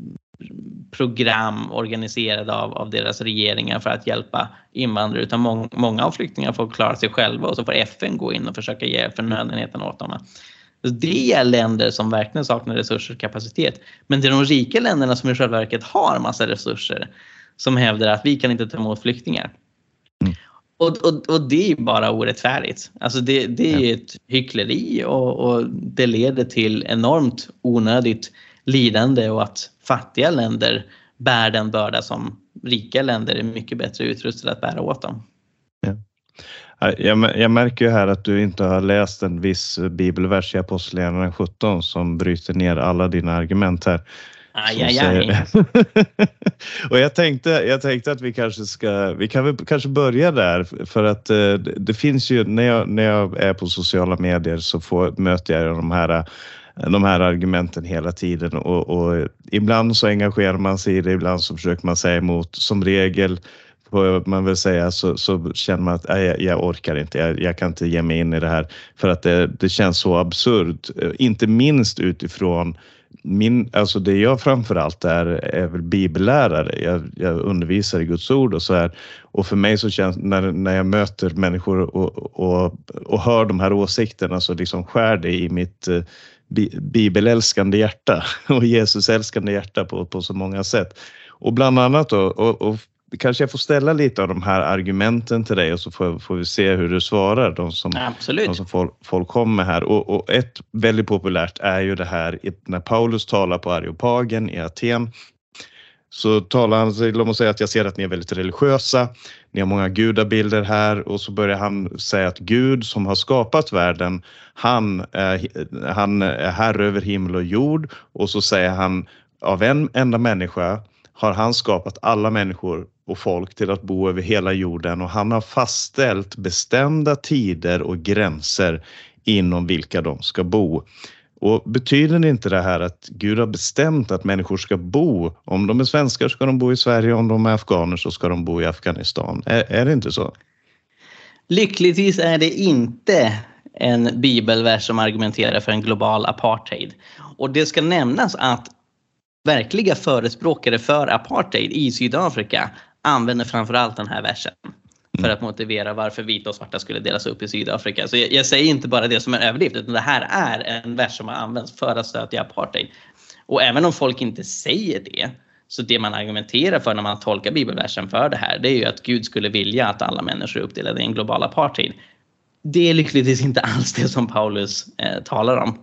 program organiserade av, av deras regeringar för att hjälpa invandrare, utan må, många av flyktingarna får klara sig själva och så får F N gå in och försöka ge förnödenheten åt dem. Så det är länder som verkligen saknar resurser och kapacitet. Men det är de rika länderna som i själva verket har massa resurser som hävdar att vi kan inte ta emot flyktingar. Mm. Och, och, och det är bara orättfärdigt. Alltså det, det är ett hyckleri och, och det leder till enormt onödigt lidande och att fattiga länder bär den börda som rika länder är mycket bättre utrustade att bära åt dem. Ja. Jag, jag märker ju här att du inte har läst en viss bibelvers i Apostlagärningarna sjutton som bryter ner alla dina argument här. Aj, aj, aj. Och jag tänkte, jag tänkte att vi kanske ska, vi kan väl kanske börja där, för att eh, det finns ju, när jag, när jag är på sociala medier så får, möter jag de här de här argumenten hela tiden och, och ibland så engagerar man sig i det, ibland så försöker man säga emot. Som regel får man väl säga så, så känner man att nej, jag, jag orkar inte, jag, jag kan inte ge mig in i det här för att det, det känns så absurt, inte minst utifrån min, alltså det jag framförallt är är väl bibellärare. Jag, jag undervisar i Guds ord och så här, och för mig så känns när, när jag möter människor och, och, och hör de här åsikterna så liksom skär det i mitt bibelälskande hjärta och Jesusälskande hjärta på, på så många sätt. Och bland annat då, och, och kanske jag får ställa lite av de här argumenten till dig och så får, får vi se hur du svarar, de som, de som folk, folk kommer här. Och, och ett väldigt populärt är ju det här när Paulus talar på Areopagen i Aten. Så talar han, låt mig säga att jag ser att ni är väldigt religiösa, ni har många gudabilder här, och så börjar han säga att Gud som har skapat världen, han är, han är herre över himmel och jord, och så säger han av en enda människa har han skapat alla människor och folk till att bo över hela jorden, och han har fastställt bestämda tider och gränser inom vilka de ska bo. Och betyder det inte det här att Gud har bestämt att människor ska bo, om de är svenskar ska de bo i Sverige, om de är afghaner så ska de bo i Afghanistan? Är, är det inte så? Lyckligtvis är det inte en bibelvers som argumenterar för en global apartheid. Och det ska nämnas att verkliga förespråkare för apartheid i Sydafrika använder framförallt den här versen för att motivera varför vita och svarta skulle delas upp i Sydafrika. Så jag, jag säger inte bara det som är överdrift, utan det här är en vers som har använts för att stödja apartheid. Och även om folk inte säger det, så det man argumenterar för när man tolkar bibelversen för det här, det är ju att Gud skulle vilja att alla människor är uppdelade i en global apartheid. Det är lyckligtvis inte alls det som Paulus eh, talar om.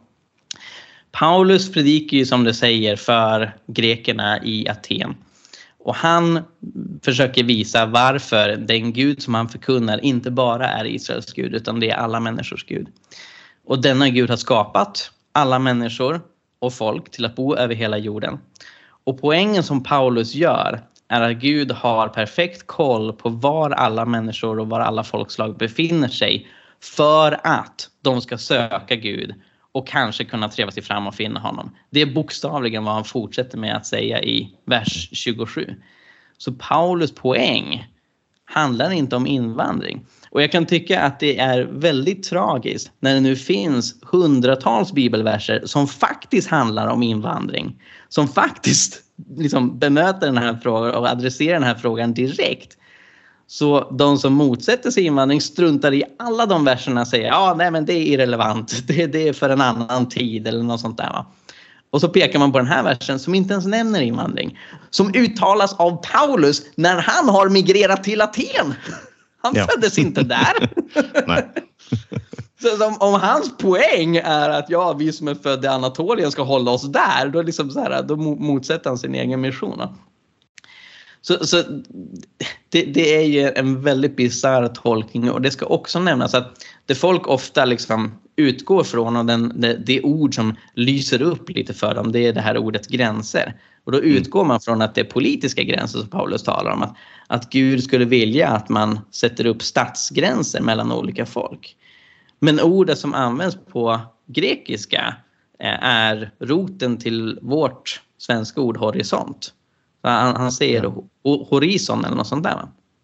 Paulus predikar ju som det säger för grekerna i Aten. Och han försöker visa varför den Gud som han förkunnar inte bara är Israels Gud, utan det är alla människors Gud. Och denna Gud har skapat alla människor och folk till att bo över hela jorden. Och poängen som Paulus gör är att Gud har perfekt koll på var alla människor och var alla folkslag befinner sig, för att de ska söka Gud och kanske kunna treva sig fram och finna honom. Det är bokstavligen vad han fortsätter med att säga i vers tjugosju. Så Paulus poäng handlar inte om invandring. Och jag kan tycka att det är väldigt tragiskt när det nu finns hundratals bibelverser som faktiskt handlar om invandring. Som faktiskt liksom bemöter den här frågan och adresserar den här frågan direkt. Så de som motsätter sig invandring struntar i alla de verserna och säger ja, nej men det är irrelevant, det, det är för en annan tid eller något sånt där, va? Och så pekar man på den här versen som inte ens nämner invandring. Som uttalas av Paulus när han har migrerat till Aten. Han ja. föddes inte där. Nej. Så om, om hans poäng är att ja, vi som är födda i Anatolien ska hålla oss där, då, liksom så här, då motsätter han sin egen mission. Så, så det, det är ju en väldigt bizarr tolkning, och det ska också nämnas att det folk ofta liksom utgår från, och den, det, det ord som lyser upp lite för dem, det är det här ordet gränser. Och då utgår man från att det är politiska gränser som Paulus talar om, att, att Gud skulle vilja att man sätter upp stadsgränser mellan olika folk. Men ordet som används på grekiska är roten till vårt svenska ord horisont. Han, han säger ja. horizon eller något sånt där.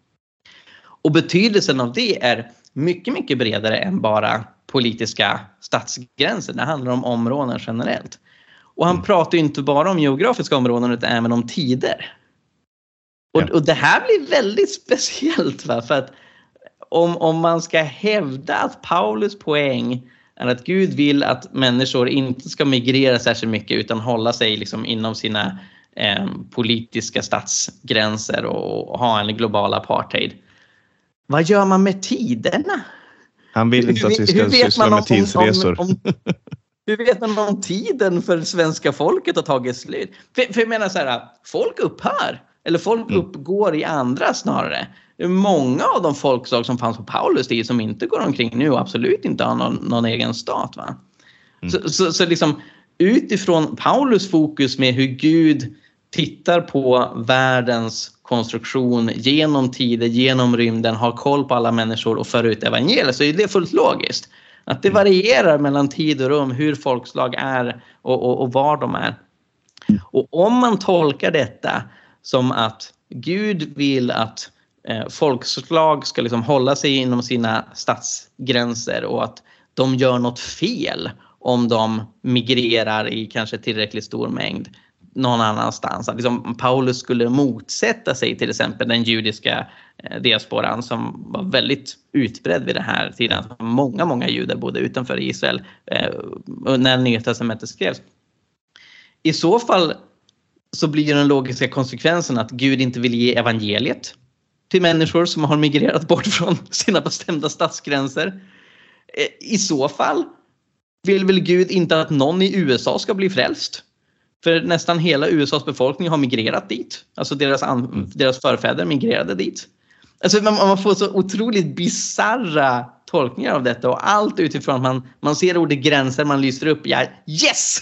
Och betydelsen av det är mycket, mycket bredare än bara politiska stadsgränser. Det handlar om områden generellt. Och han mm. pratar ju inte bara om geografiska områden utan även om tider. Och, ja. och det här blir väldigt speciellt, va? För att om, om man ska hävda att Paulus poäng är att Gud vill att människor inte ska migrera särskilt mycket utan hålla sig liksom inom sina eh, politiska stadsgränser och, och ha en global apartheid. Vad gör man med tiderna? Han vill inte att vi ska syssla med tidsresor. Om, om, om, hur vet man om tiden för svenska folket har tagit slut? För, för jag menar så här, folk upphör. Eller folk mm. uppgår i andra snarare. Många av de folkslag som fanns på Paulus tid som inte går omkring nu och absolut inte har någon, någon egen stat. Va? Mm. Så, så, så liksom utifrån Paulus fokus med hur Gud tittar på världens konstruktion genom tider, genom rymden, har koll på alla människor och för ut evangeliet, så är det fullt logiskt. Att det varierar mellan tid och rum, hur folkslag är och, och, och var de är. Och om man tolkar detta som att Gud vill att eh, folkslag ska liksom hålla sig inom sina stadsgränser och att de gör något fel om de migrerar i kanske tillräckligt stor mängd någon annanstans. Att liksom Paulus skulle motsätta sig till exempel den judiska eh, diasporan som var väldigt utbredd vid den här tiden. Många, många judar bodde utanför Israel eh, när Nya testamentet skrevs. I så fall så blir den logiska konsekvensen att Gud inte vill ge evangeliet till människor som har migrerat bort från sina bestämda stadsgränser. I så fall vill väl Gud inte att någon i U S A ska bli frälst. För nästan hela U S As befolkning har migrerat dit. Alltså deras, an- deras förfäder migrerade dit. Alltså man, man får så otroligt bizarra tolkningar av detta. Och allt utifrån att man, man ser ordet gränser, man lyser upp. Ja, yes!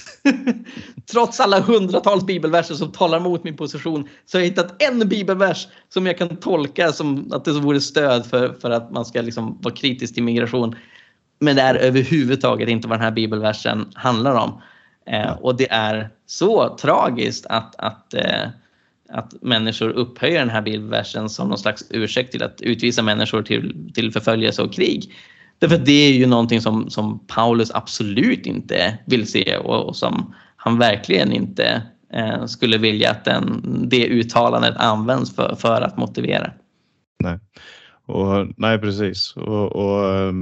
Trots alla hundratals bibelverser som talar mot min position så har jag hittat en bibelvers som jag kan tolka som att det vore stöd för, för att man ska liksom vara kritisk till migration. Men det är överhuvudtaget inte vad den här bibelversen handlar om. Eh, och det är så tragiskt att, att, eh, att människor upphöjer den här bibelversen som någon slags ursäkt till att utvisa människor till, till förföljelse och krig. Därför att det är ju någonting som, som Paulus absolut inte vill se och, och som han verkligen inte eh, skulle vilja att den, det uttalandet används för, för att motivera. Nej. Och, nej, precis. Och, och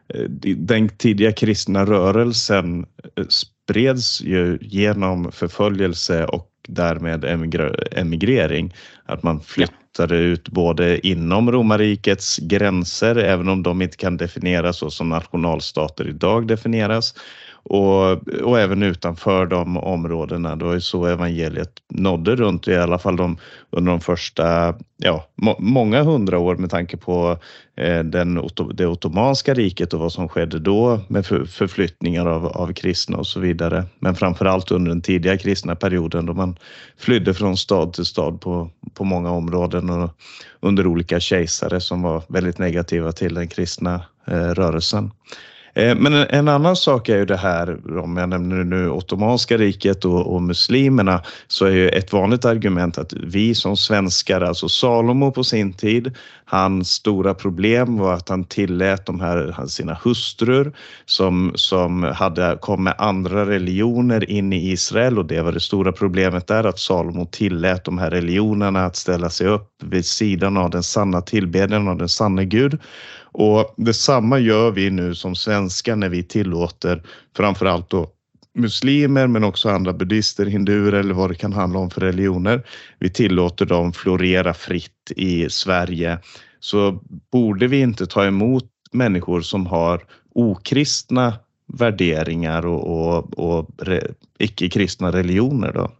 den tidiga kristna rörelsen spreds ju genom förföljelse och därmed emigrering. Att man flyttade ja. ut både inom romarrikets gränser, även om de inte kan definieras så som nationalstater idag definieras. Och, och även utanför de områdena. Det var ju så evangeliet nådde runt i alla fall de, under de första ja, må, många hundra år med tanke på eh, den, det ottomanska riket och vad som skedde då med för, förflyttningar av, av kristna och så vidare. Men framförallt under den tidiga kristna perioden då man flydde från stad till stad på, på många områden och under olika kejsare som var väldigt negativa till den kristna eh, rörelsen. Men en annan sak är ju det här, om jag nämner nu ottomanska riket och, och muslimerna, så är ju ett vanligt argument att vi som svenskar, alltså Salomo på sin tid, hans stora problem var att han tillät de här sina hustrur som, som hade kom med andra religioner in i Israel, och det var det stora problemet där, att Salomo tillät de här religionerna att ställa sig upp vid sidan av den sanna tillbedjan av den sanna Gud. Och detsamma gör vi nu som svenskar när vi tillåter framförallt då muslimer men också andra buddister, hinduer eller vad det kan handla om för religioner. Vi tillåter dem florera fritt i Sverige. Så borde vi inte ta emot människor som har okristna värderingar och, och, och re, icke-kristna religioner då?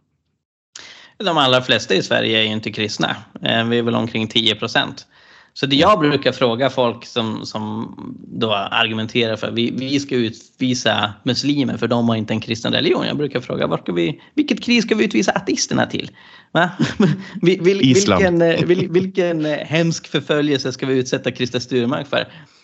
De allra flesta i Sverige är ju inte kristna. Vi är väl omkring tio procent. Så det jag brukar fråga folk som, som då argumenterar för att vi, vi ska utvisa muslimer för de har inte en kristen religion. Jag brukar fråga, var ska vi, vilket krig ska vi utvisa ateisterna till? Va? Vil, vil, vilken, vil, vilken hemsk förföljelse ska vi utsätta Christer Sturmark för?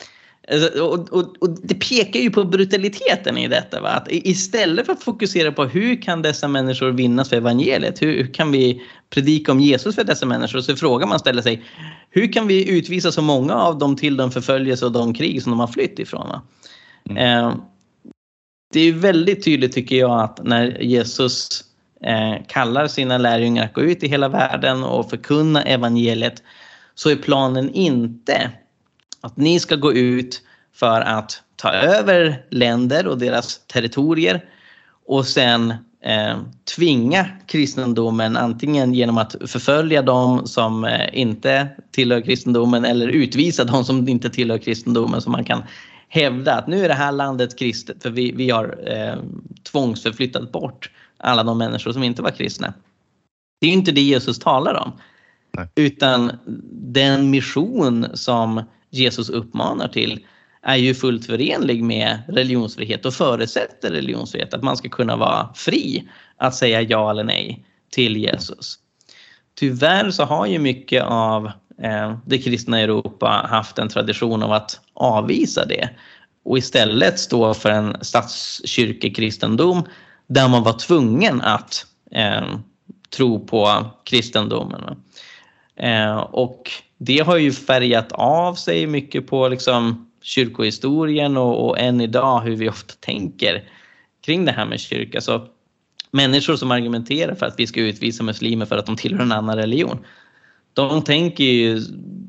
Och, och, och det pekar ju på brutaliteten i detta. Va? Att istället för att fokusera på hur kan dessa människor vinnas för evangeliet, hur, hur kan vi predika om Jesus för dessa människor, så frågar man ställer sig, hur kan vi utvisa så många av dem till de förföljelse och de krig som de har flytt ifrån? Va? Mm. Eh, det är väldigt tydligt tycker jag att när Jesus eh, kallar sina lärjungar att gå ut i hela världen och förkunna evangeliet, så är planen inte att ni ska gå ut för att ta över länder och deras territorier och sen eh, tvinga kristendomen antingen genom att förfölja dem som eh, inte tillhör kristendomen eller utvisa dem som inte tillhör kristendomen, så man kan hävda att nu är det här landet kristet för vi, vi har eh, tvångsförflyttat bort alla de människor som inte var kristna. Det är inte det Jesus talar om. Nej. Utan den mission som Jesus uppmanar till är ju fullt förenlig med religionsfrihet och förutsätter religionsfrihet. Att man ska kunna vara fri att säga ja eller nej till Jesus. Tyvärr så har ju mycket av eh, det kristna Europa haft en tradition av att avvisa det. Och istället stå för en statskyrkekristendom där man var tvungen att eh, tro på kristendomen. Eh, och det har ju färgat av sig mycket på liksom kyrkohistorien och, och än idag hur vi ofta tänker kring det här med kyrka. Så människor som argumenterar för att vi ska utvisa muslimer för att de tillhör en annan religion, de tänker ju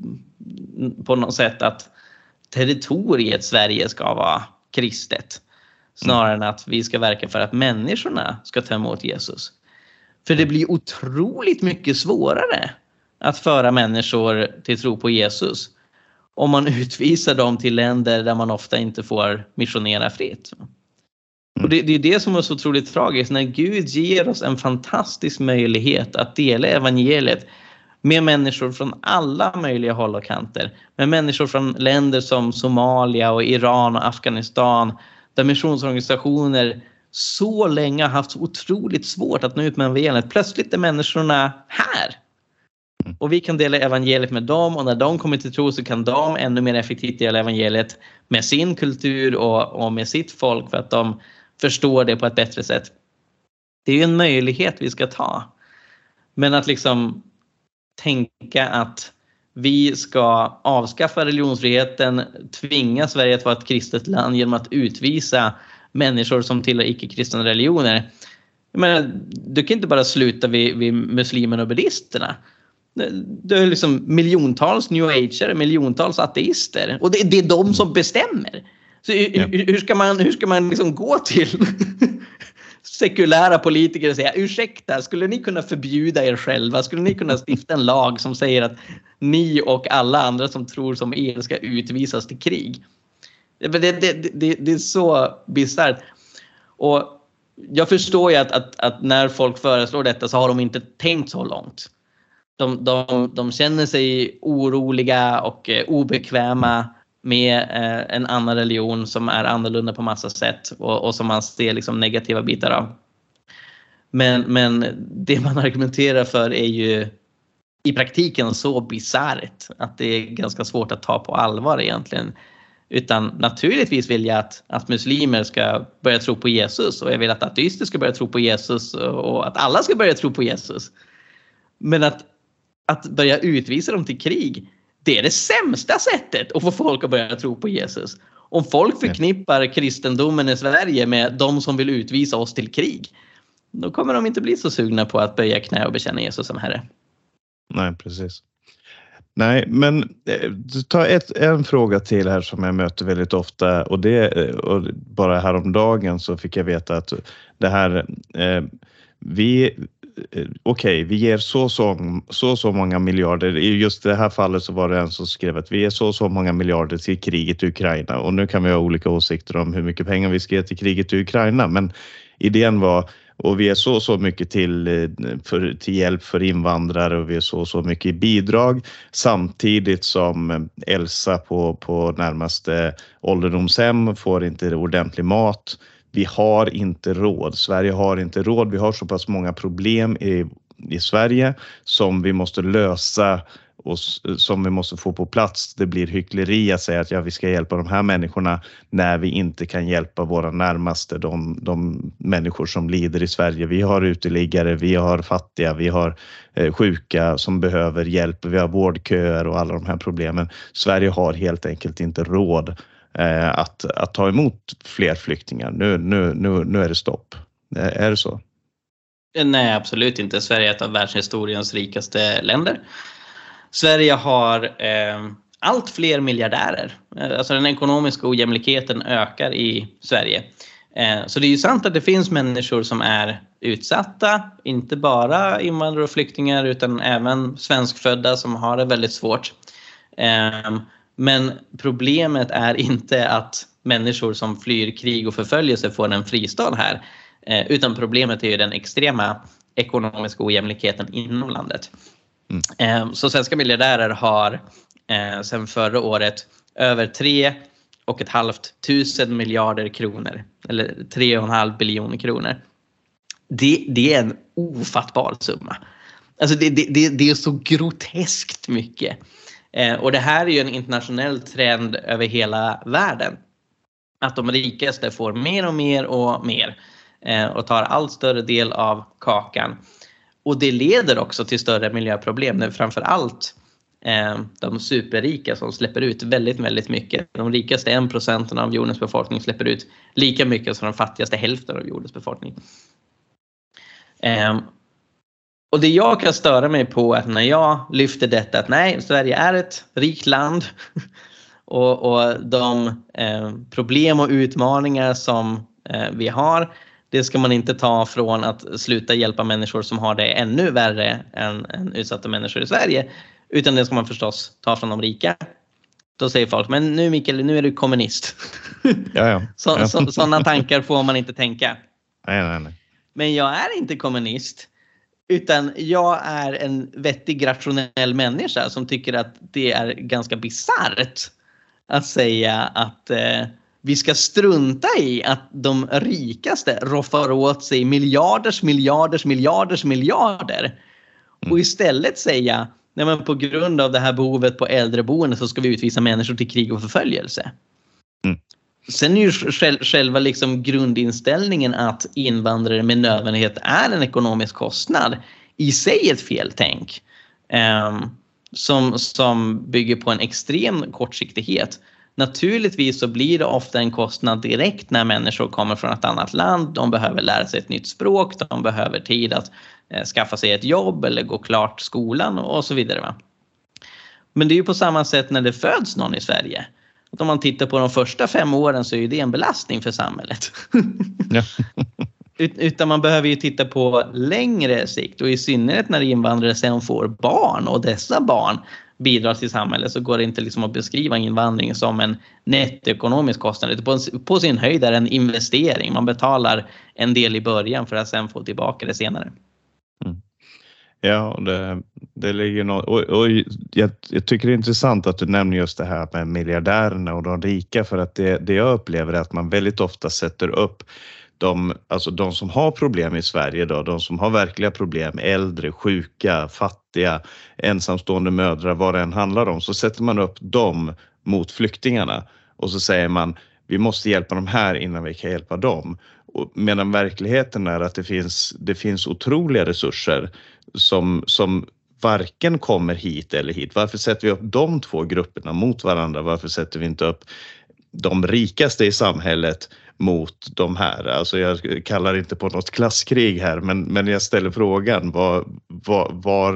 på något sätt att territoriet Sverige ska vara kristet snarare än att vi ska verka för att människorna ska ta emot Jesus. För det blir otroligt mycket svårare att föra människor till tro på Jesus om man utvisar dem till länder där man ofta inte får missionera fritt. Och det, det är det som är så otroligt tragiskt, när Gud ger oss en fantastisk möjlighet att dela evangeliet med människor från alla möjliga håll och kanter. Med människor från länder som Somalia och Iran och Afghanistan, där missionsorganisationer så länge har haft så otroligt svårt att nå ut med evangeliet. Plötsligt är människorna här. Och vi kan dela evangeliet med dem, och när de kommer till tro så kan de ännu mer effektivt dela evangeliet med sin kultur och, och med sitt folk för att de förstår det på ett bättre sätt. Det är ju en möjlighet vi ska ta. Men att liksom tänka att vi ska avskaffa religionsfriheten, tvinga Sverige att vara ett kristet land genom att utvisa människor som tillhör icke-kristna religioner. Jag menar, du kan inte bara sluta vid, vid muslimerna och buddisterna. Det är liksom miljontals new ager, miljontals ateister. Och det, det är de som bestämmer. Så ja. hur, hur ska man, hur ska man liksom gå till sekulära politiker och säga, ursäkta, skulle ni kunna förbjuda er själva? Skulle ni kunna stifta en lag som säger att ni och alla andra som tror som er ska utvisas till krig? Det, det, det, det, det är så bisarrt. Och jag förstår ju att, att, att när folk föreslår detta så har de inte tänkt så långt. De, de, de känner sig oroliga och eh, obekväma med eh, en annan religion som är annorlunda på massa sätt och, och som man ser liksom negativa bitar av. Men, men det man argumenterar för är ju i praktiken så bisarrt att det är ganska svårt att ta på allvar egentligen. Utan naturligtvis vill jag att, att muslimer ska börja tro på Jesus, och jag vill att ateister ska börja tro på Jesus och att alla ska börja tro på Jesus. Men att Att börja utvisa dem till krig, det är det sämsta sättet att få folk att börja tro på Jesus. Om folk förknippar kristendomen i Sverige med de som vill utvisa oss till krig, då kommer de inte bli så sugna på att böja knä och bekänna Jesus som Herre. Nej, precis. Nej, men ta ett, en fråga till här som jag möter väldigt ofta, och det och bara häromdagen så fick jag veta att det här eh, vi okej, okay, vi ger så så, så så många miljarder. I just det här fallet så var det en som skrev att vi ger så så många miljarder till kriget i Ukraina, och nu kan vi ha olika åsikter om hur mycket pengar vi ska ge till kriget i Ukraina, men idén var, och vi är så så mycket till, för, till hjälp för invandrare, och vi är så så mycket i bidrag, samtidigt som Elsa på, på närmaste ålderdomshem får inte ordentlig mat. Vi har inte råd. Sverige har inte råd. Vi har så pass många problem i, i Sverige som vi måste lösa och som vi måste få på plats. Det blir hyckleri att säga att ja, vi ska hjälpa de här människorna när vi inte kan hjälpa våra närmaste, de, de människor som lider i Sverige. Vi har uteliggare, vi har fattiga, vi har eh, sjuka som behöver hjälp, vi har vårdköer och alla de här problemen. Sverige har helt enkelt inte råd eh, att, att ta emot fler flyktingar. Nu, nu, nu, nu är det stopp. Eh, är det så? Nej, absolut inte. Sverige är ett av världshistoriens rikaste länder. Sverige har eh, allt fler miljardärer. Alltså den ekonomiska ojämlikheten ökar i Sverige. Eh, så det är ju sant att det finns människor som är utsatta. Inte bara invandrare och flyktingar utan även svenskfödda som har det väldigt svårt. Eh, men problemet är inte att människor som flyr krig och förföljelse får en fristad här. Eh, utan problemet är ju den extrema ekonomiska ojämlikheten inom landet. Mm. Så svenska miljardärer har eh, sedan förra året över tre och ett halvt tusen miljarder kronor. Eller tre och en halv biljoner kronor. Det, det är en ofattbar summa. Alltså det, det, det är så groteskt mycket. Eh, och det här är ju en internationell trend över hela världen. Att de rikaste får mer och mer och mer. Eh, och tar allt större del av kakan. Och det leder också till större miljöproblem. Det är framför allt eh, de superrika som släpper ut väldigt, väldigt mycket. De rikaste en procent av jordens befolkning släpper ut lika mycket som den fattigaste hälften av jordens befolkning. Eh, och det jag kan störa mig på är att när jag lyfter detta att nej, Sverige är ett rikt land. och, och de eh, problem och utmaningar som eh, vi har, det ska man inte ta från att sluta hjälpa människor som har det ännu värre än, än utsatta människor i Sverige. Utan det ska man förstås ta från de rika. Då säger folk, men nu Mikael, nu är du kommunist. Ja, ja. Så, ja. Så, sådana tankar får man inte tänka. Nej, nej, nej. Men jag är inte kommunist. Utan jag är en vettig, rationell människa som tycker att det är ganska bizarrt att säga att eh, vi ska strunta i att de rikaste roffar åt sig miljarders, miljarders, miljarders, miljarder. Mm. Och istället säga, nej men på grund av det här behovet på äldreboende så ska vi utvisa människor till krig och förföljelse. Mm. Sen är ju själva liksom grundinställningen att invandrare med nödvändighet är en ekonomisk kostnad i sig ett feltänk. Um, som, som bygger på en extrem kortsiktighet. Naturligtvis så blir det ofta en kostnad direkt när människor kommer från ett annat land. De behöver lära sig ett nytt språk. De behöver tid att eh, skaffa sig ett jobb eller gå klart skolan och så vidare. Va? Men det är ju på samma sätt när det föds någon i Sverige. Att om man tittar på de första fem åren så är det en belastning för samhället. Ja. Ut, utan man behöver ju titta på längre sikt. Och i synnerhet när invandrare sen får barn och dessa barn bidrar till samhället så går det inte liksom att beskriva invandring som en nettoekonomisk kostnad. På, på sin höjd är det en investering. Man betalar en del i början för att sen få tillbaka det senare. Mm. Ja, det, det ligger något, och, och jag, jag tycker det är intressant att du nämner just det här med miljardärerna och de rika, för att det, det jag upplever är att man väldigt ofta sätter upp de, alltså de som har problem i Sverige då, de som har verkliga problem, äldre, sjuka, fattiga, ensamstående mödrar, vad det än handlar om, så sätter man upp dem mot flyktingarna och så säger man, vi måste hjälpa dem här innan vi kan hjälpa dem. Och medan verkligheten är att det finns, det finns otroliga resurser som, som varken kommer hit eller hit. Varför sätter vi upp de två grupperna mot varandra? Varför sätter vi inte upp de rikaste i samhället mot de här? Alltså jag kallar inte på något klasskrig här, men, men jag ställer frågan, var, var, var,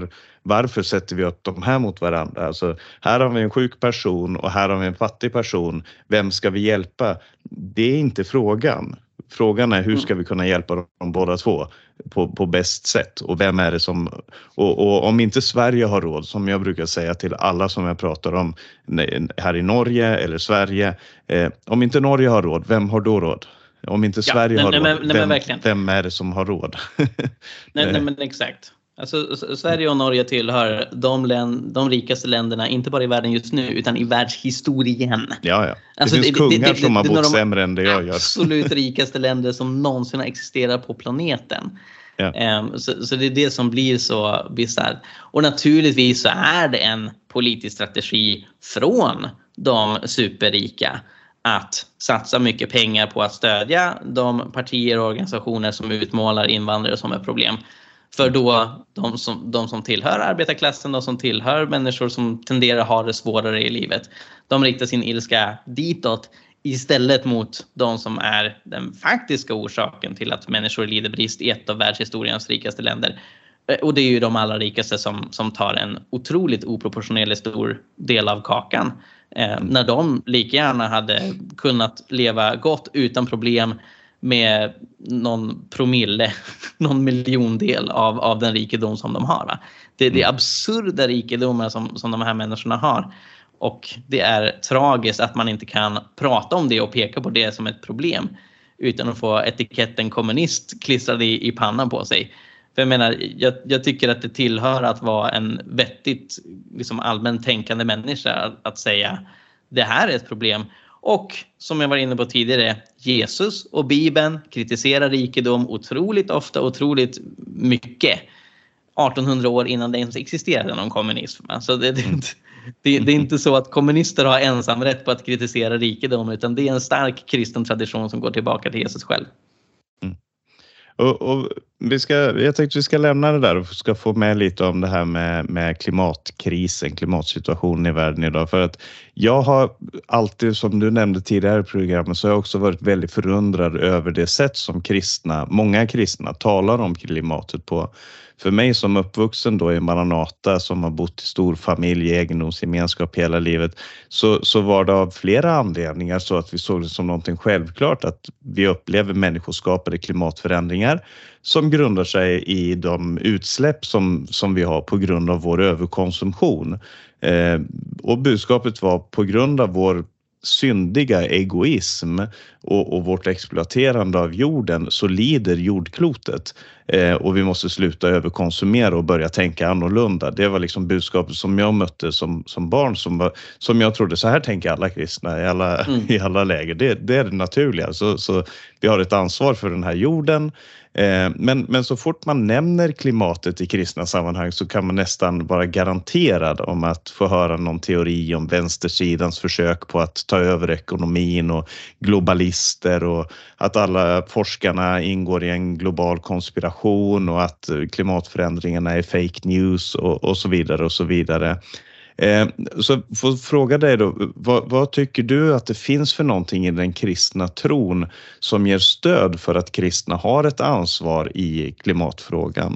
varför sätter vi upp de här mot varandra? Alltså, här har vi en sjuk person och här har vi en fattig person. Vem ska vi hjälpa? Det är inte frågan. Frågan är hur ska vi kunna hjälpa dem båda två på, på bäst sätt, och vem är det som, och, och om inte Sverige har råd, som jag brukar säga till alla som jag pratar om här i Norge eller Sverige, eh, om inte Norge har råd, vem har då råd? Om inte Sverige ja, har nej, råd, nej, nej, vem, vem är det som har råd? nej, nej men exakt. Alltså, Sverige och Norge tillhör de, län, de rikaste länderna, inte bara i världen just nu, utan i världshistorien. Ja, ja. Det alltså, finns det, kungar det, det, som har det, bott de sämre än det jag gör. Absolut rikaste länder som någonsin har existerat på planeten. Ja. Um, så, så det är det som blir så bisarrt. Och naturligtvis så är det en politisk strategi från de superrika att satsa mycket pengar på att stödja de partier och organisationer som utmålar invandrare som ett problem. För då de som, de som tillhör arbetarklassen, de som tillhör människor som tenderar att ha det svårare i livet, de riktar sin ilska ditåt istället mot de som är den faktiska orsaken till att människor lider brist i ett av världshistoriens rikaste länder. Och det är ju de allra rikaste som, som tar en otroligt oproportionerligt stor del av kakan. Eh, när de lika gärna hade kunnat leva gott utan problem med någon promille, någon miljondel av, av den rikedom som de har. Va? Det, det är absurda rikedomar som, som de här människorna har. Och det är tragiskt att man inte kan prata om det och peka på det som ett problem utan att få etiketten kommunist klistrad i, i pannan på sig. För jag menar, jag, jag tycker att det tillhör att vara en vettigt liksom allmänt tänkande människa att, att säga det här är ett problem. Och som jag var inne på tidigare, Jesus och Bibeln kritiserar rikedom otroligt ofta, otroligt mycket. artonhundra år innan det ens existerade någon kommunism. Alltså det, det, det, det är inte så att kommunister har ensamrätt på att kritisera rikedom, utan det är en stark kristen tradition som går tillbaka till Jesus själv. Mm. Och, och vi ska, jag tänkte vi ska lämna det där och ska få med lite om det här med, med klimatkrisen, klimatsituationen i världen idag. För att jag har alltid, som du nämnde tidigare i programmet, så har jag också varit väldigt förundrad över det sätt som kristna, många kristna talar om klimatet på. För mig som uppvuxen då i Maranata, som har bott i stor familj, egendomsgemenskap hela livet, så, så var det av flera anledningar så att vi såg det som någonting självklart att vi upplever människoskapade klimatförändringar som grundar sig i de utsläpp som, som vi har på grund av vår överkonsumtion. Eh, och budskapet var på grund av vår syndiga egoism och, och vårt exploaterande av jorden så lider jordklotet eh, och vi måste sluta överkonsumera och börja tänka annorlunda. Det var liksom budskapet som jag mötte som, som barn som, var, som jag trodde så här tänker alla kristna i alla, mm. i alla läger. Det, det är det naturliga. Så, så vi har ett ansvar för den här jorden. Men, men så fort man nämner klimatet i kristna sammanhang så kan man nästan vara garanterad om att få höra någon teori om vänstersidans försök på att ta över ekonomin och globalister och att alla forskarna ingår i en global konspiration och att klimatförändringarna är fake news och, och så vidare och så vidare. Eh, så får fråga dig då, vad, vad tycker du att det finns för någonting i den kristna tron som ger stöd för att kristna har ett ansvar i klimatfrågan?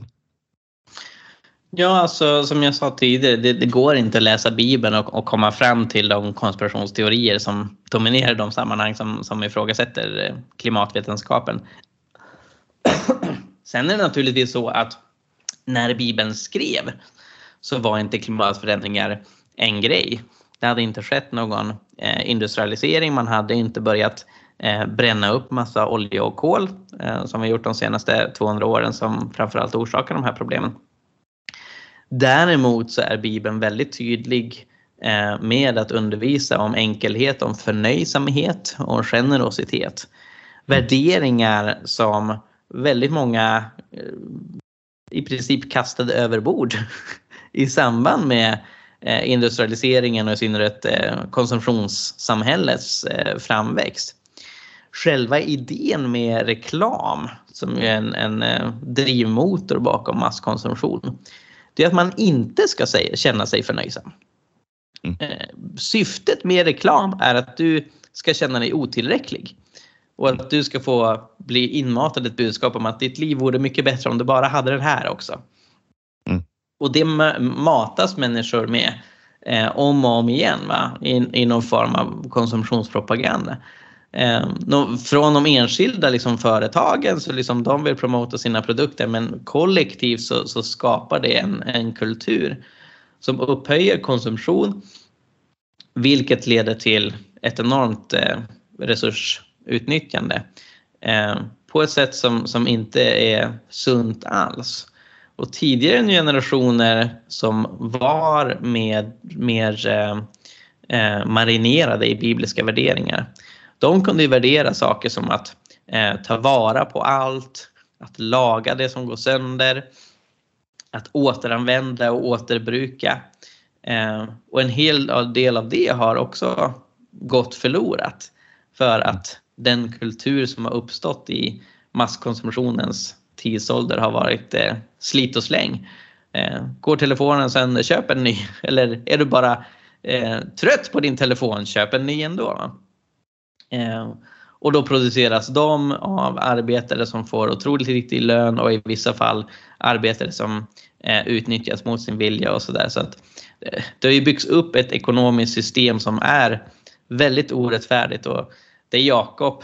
Ja, alltså som jag sa tidigare, det, det går inte att läsa Bibeln och, och komma fram till de konspirationsteorier som dominerar de sammanhang som, som ifrågasätter klimatvetenskapen. Sen är det naturligtvis så att när Bibeln skrev så var inte klimatförändringar en grej. Det hade inte skett någon eh, industrialisering. Man hade inte börjat eh, bränna upp massa olja och kol eh, som vi gjort de senaste tvåhundra åren som framförallt orsakar de här problemen. Däremot så är Bibeln väldigt tydlig eh, med att undervisa om enkelhet, om förnöjsamhet och generositet. Värderingar som väldigt många eh, i princip kastade över bord i samband med eh, industrialiseringen och i synnerhet eh, konsumtionssamhällets eh, framväxt. Själva idén med reklam, som är en, en eh, drivmotor bakom masskonsumtion, det är att man inte ska säga, känna sig förnöjsam. Mm. Eh, syftet med reklam är att du ska känna dig otillräcklig. Och att du ska få bli inmatad ett budskap om att ditt liv vore mycket bättre om du bara hade det här också. Mm. Och det matas människor med eh, om och om igen, va? I, i någon form av konsumtionspropaganda. Eh, från de enskilda liksom, företagen så liksom, de vill promota sina produkter, men kollektivt så, så skapar det en, en kultur som upphöjer konsumtion, vilket leder till ett enormt eh, resursutnyttjande eh, på ett sätt som, som inte är sunt alls. Och tidigare generationer som var med, mer eh, eh, marinerade i bibliska värderingar, de kunde ju värdera saker som att eh, ta vara på allt, att laga det som går sönder, att återanvända och återbruka. Eh, och en hel del av det har också gått förlorat för att den kultur som har uppstått i masskonsumtionens tidsålder har varit eh, slit och släng. Eh, går telefonen sen, köp en ny. Eller är du bara eh, trött på din telefon, köp en ny ändå. Eh, och då produceras de av arbetare som får otroligt riktig lön och i vissa fall arbetare som eh, utnyttjas mot sin vilja och sådär. Så att eh, det har ju byggts upp ett ekonomiskt system som är väldigt orättfärdigt, och det Jakob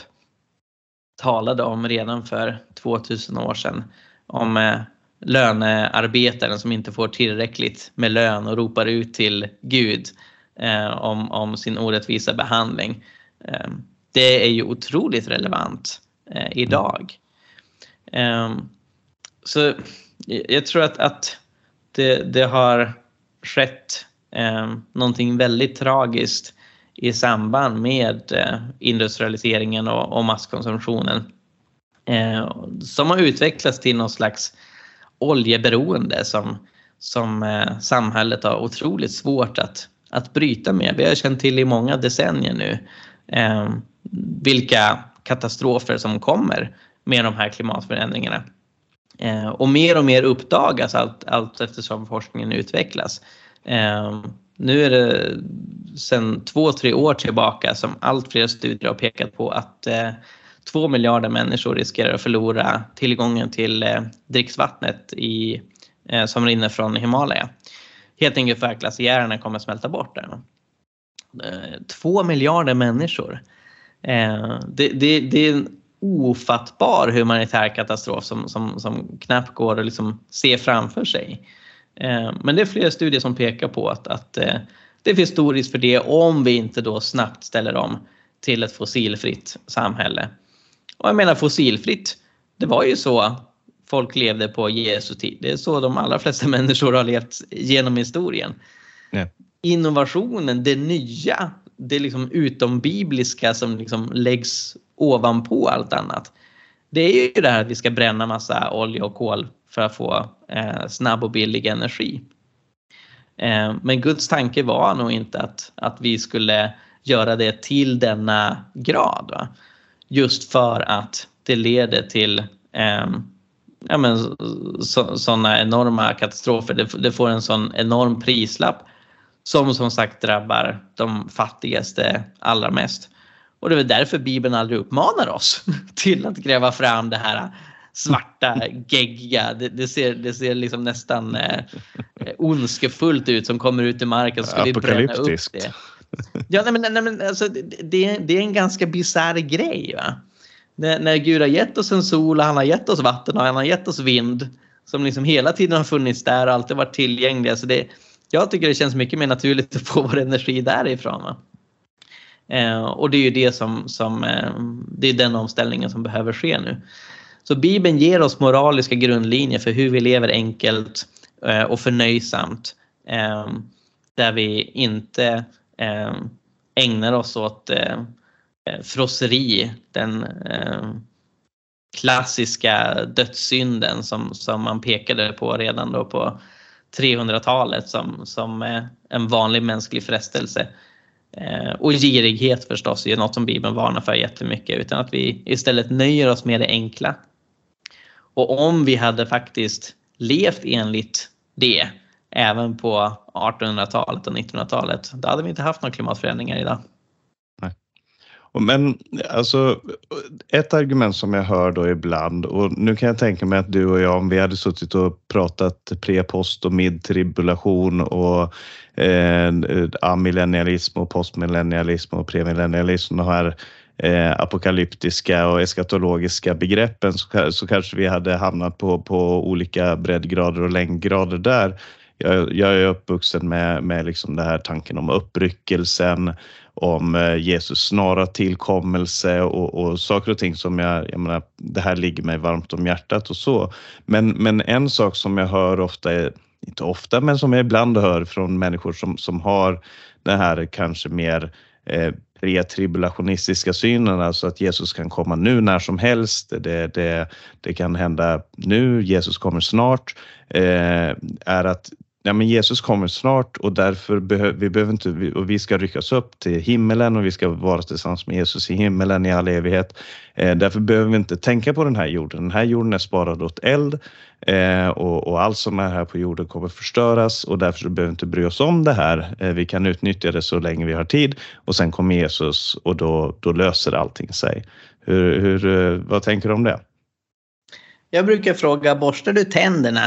talade om redan för tvåtusen år sedan om eh, lönearbetaren som inte får tillräckligt med lön och ropar ut till Gud eh, om, om sin orättvisa behandling. Eh, det är ju otroligt relevant eh, idag. Eh, så jag tror att, att det, det har skett eh, någonting väldigt tragiskt i samband med eh, industrialiseringen och, och masskonsumtionen eh, som har utvecklats till någon slags oljeberoende som, som eh, samhället har otroligt svårt att, att bryta med. Vi har känt till i många decennier nu eh, vilka katastrofer som kommer med de här klimatförändringarna. Eh, och mer och mer uppdagas allt, allt eftersom forskningen utvecklas. Eh, nu är det sedan två, tre år tillbaka som allt fler studier har pekat på att eh, två miljarder människor riskerar att förlora tillgången till eh, dricksvattnet i, eh, som rinner från Himalaya. Helt enkelt för att glaciärerna kommer att smälta bort där. Eh, två miljarder människor. Eh, det, det, det är en ofattbar humanitär katastrof som, som, som knappt går att liksom se framför sig. Eh, men det är flera studier som pekar på att, att eh, det finns stor risk för det om vi inte då snabbt ställer om till ett fossilfritt samhälle. Och jag menar fossilfritt, det var ju så folk levde på Jesu tid. Det är så de allra flesta människor har levt genom historien. Ja. Innovationen, det nya, det liksom utombibliska som liksom läggs ovanpå allt annat. Det är ju det här att vi ska bränna massa olja och kol för att få eh, snabb och billig energi. Eh, men Guds tanke var nog inte att, att vi skulle göra det till denna grad. Va? Just för att det leder till eh, ja, men, så, sådana enorma katastrofer. Det, det får en sån enorm prislapp som som sagt drabbar de fattigaste allra mest. Och det är väl därför Bibeln aldrig uppmanar oss till att gräva fram det här svarta, geggiga. Det, det ser, det ser liksom nästan eh, ondskefullt ut som kommer ut i marken. Så skulle bränna upp det. Ja, nej, men, nej, men, alltså, det, det, det är en ganska bizarr grej. Va? När, när Gud har gett oss en sol och han har gett oss vatten och han har gett oss vind som liksom hela tiden har funnits där och alltid varit tillgängliga. Så det, jag tycker det känns mycket mer naturligt att få vår energi därifrån. Va? Eh, och det är ju det som, som eh, det är den omställningen som behöver ske nu. Så Bibeln ger oss moraliska grundlinjer för hur vi lever enkelt eh, och förnöjsamt. Eh, där vi inte eh, ägnar oss åt eh, frosseri, den eh, klassiska dödssynden som, som man pekade på redan då på trehundratalet som, som eh, en vanlig mänsklig frestelse. Eh, och girighet förstås är något som Bibeln varnar för jättemycket, utan att vi istället nöjer oss med det enkla. Och om vi hade faktiskt levt enligt det även på artonhundratalet och nittonhundratalet, då hade vi inte haft några klimatförändringar idag. Nej. Men alltså, ett argument som jag hör då ibland, och nu kan jag tänka mig att du och jag, om vi hade suttit och pratat pre-post och mid-tribulation och eh, amillennialism och postmillennialism och premillennialism, de här eh, apokalyptiska och eskatologiska begreppen, så, så kanske vi hade hamnat på, på olika breddgrader och längdgrader där. Jag, jag är uppvuxen med, med liksom det här tanken om uppryckelsen, om Jesus snara tillkommelse och, och saker och ting som jag, jag menar, det här ligger mig varmt om hjärtat och så. Men, men en sak som jag hör ofta, är, inte ofta, men som jag ibland hör från människor som, som har den här kanske mer eh, pretribulationistiska synen, alltså att Jesus kan komma nu när som helst, det, det, det kan hända nu, Jesus kommer snart, eh, är att ja, men Jesus kommer snart och därför behöver vi behöver inte, och vi ska ryckas upp till himmelen och vi ska vara tillsammans med Jesus i himmelen i all evighet. Eh, därför behöver vi inte tänka på den här jorden. Den här jorden är sparad åt eld eh, och, och allt som är här på jorden kommer förstöras och därför behöver vi inte bry oss om det här. Eh, vi kan utnyttja det så länge vi har tid och sen kommer Jesus och då, då löser allting sig. Hur, hur, vad tänker du om det? Jag brukar fråga, borstar du tänderna?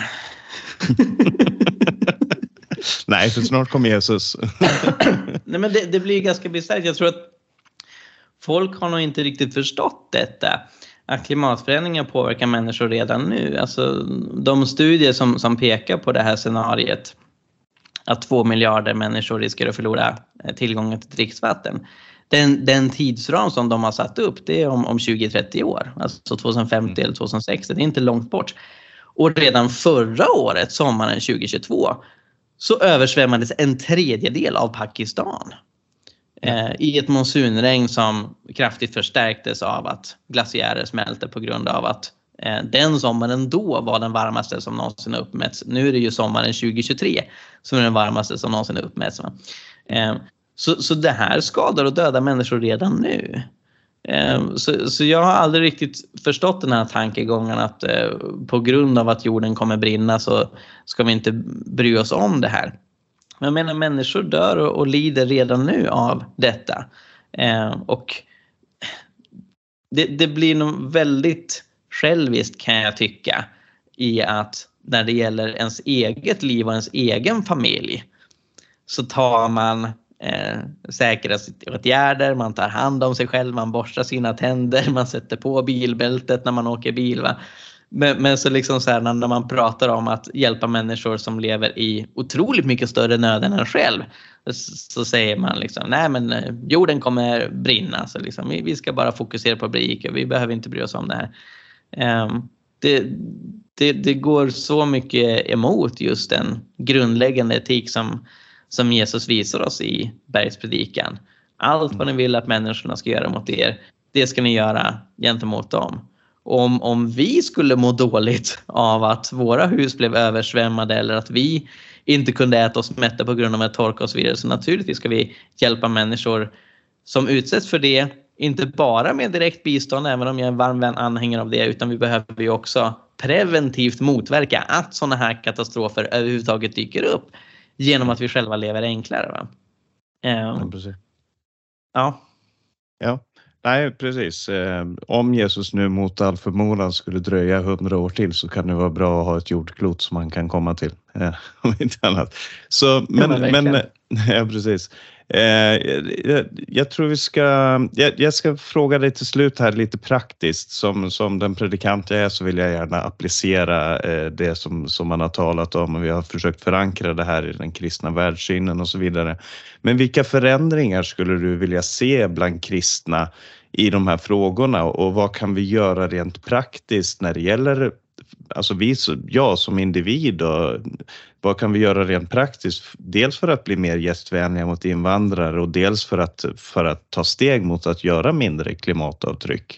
Nej, för snart kommer Jesus. Nej, men det, det blir ganska bisarrt. Jag tror att folk har nog inte riktigt förstått detta. Att klimatförändringar påverkar människor redan nu. Alltså, de studier som, som pekar på det här scenariet, att två miljarder människor riskerar att förlora tillgången till dricksvatten. Den, den tidsram som de har satt upp, det är om, om tjugo till trettio år. Alltså tjugohundrafemtio eller tjugohundrasextio, det är inte långt bort. Och redan förra året, sommaren tjugohundratjugotvå, så översvämmades en tredjedel av Pakistan. Eh, I ett monsunregn som kraftigt förstärktes av att glaciärer smälter på grund av att eh, den sommaren då var den varmaste som någonsin har uppmätts. Nu är det ju sommaren tjugohundratjugotre som är den varmaste som någonsin har uppmätts. Eh, så, så det här skadar och dödar människor redan nu. Så, så jag har aldrig riktigt förstått den här tankegången att eh, på grund av att jorden kommer brinna så ska vi inte bry oss om det här. Men jag menar, människor dör och, och lider redan nu av detta. Eh, och det, det blir nog väldigt själviskt, kan jag tycka, i att när det gäller ens eget liv och ens egen familj så tar man Eh, säkerhetsåtgärder, man tar hand om sig själv, man borstar sina tänder, man sätter på bilbältet när man åker bil, va? Men, men så liksom så här, när man pratar om att hjälpa människor som lever i otroligt mycket större nöd än en själv, så, så säger man liksom, nej men jorden kommer brinna, så liksom, vi, vi ska bara fokusera på brik, vi behöver inte bry oss om det här. Eh, det, det, det går så mycket emot just den grundläggande etik som som Jesus visar oss i bergspredikan. Allt vad ni vill att människorna ska göra mot er, det ska ni göra gentemot dem. Och om, om vi skulle må dåligt av att våra hus blev översvämmade eller att vi inte kunde äta oss mätta på grund av en torka och så vidare, så naturligtvis ska vi hjälpa människor som utsätts för det, inte bara med direkt bistånd, även om jag är en varm vän anhängare av det, utan vi behöver ju också preventivt motverka att sådana här katastrofer överhuvudtaget dyker upp. Genom att vi själva lever enklare, va? Um, ja, precis. Ja. Ja, nej precis. Eh, om Jesus nu mot all förmodan skulle dröja hundra år till så kan det vara bra att ha ett jordklot som man kan komma till. Eh, om inte annat. Så, men, ja, men, men ja, precis. Eh, jag, jag tror vi ska, jag, jag ska fråga dig till slut här lite praktiskt. Som, som den predikant jag är så vill jag gärna applicera eh, det som, som man har talat om, och vi har försökt förankra det här i den kristna världssynen och så vidare. Men vilka förändringar skulle du vilja se bland kristna i de här frågorna, och vad kan vi göra rent praktiskt när det gäller, alltså vi, jag som individ, och vad kan vi göra rent praktiskt? Dels för att bli mer gästvänliga mot invandrare och dels för att, för att ta steg mot att göra mindre klimatavtryck.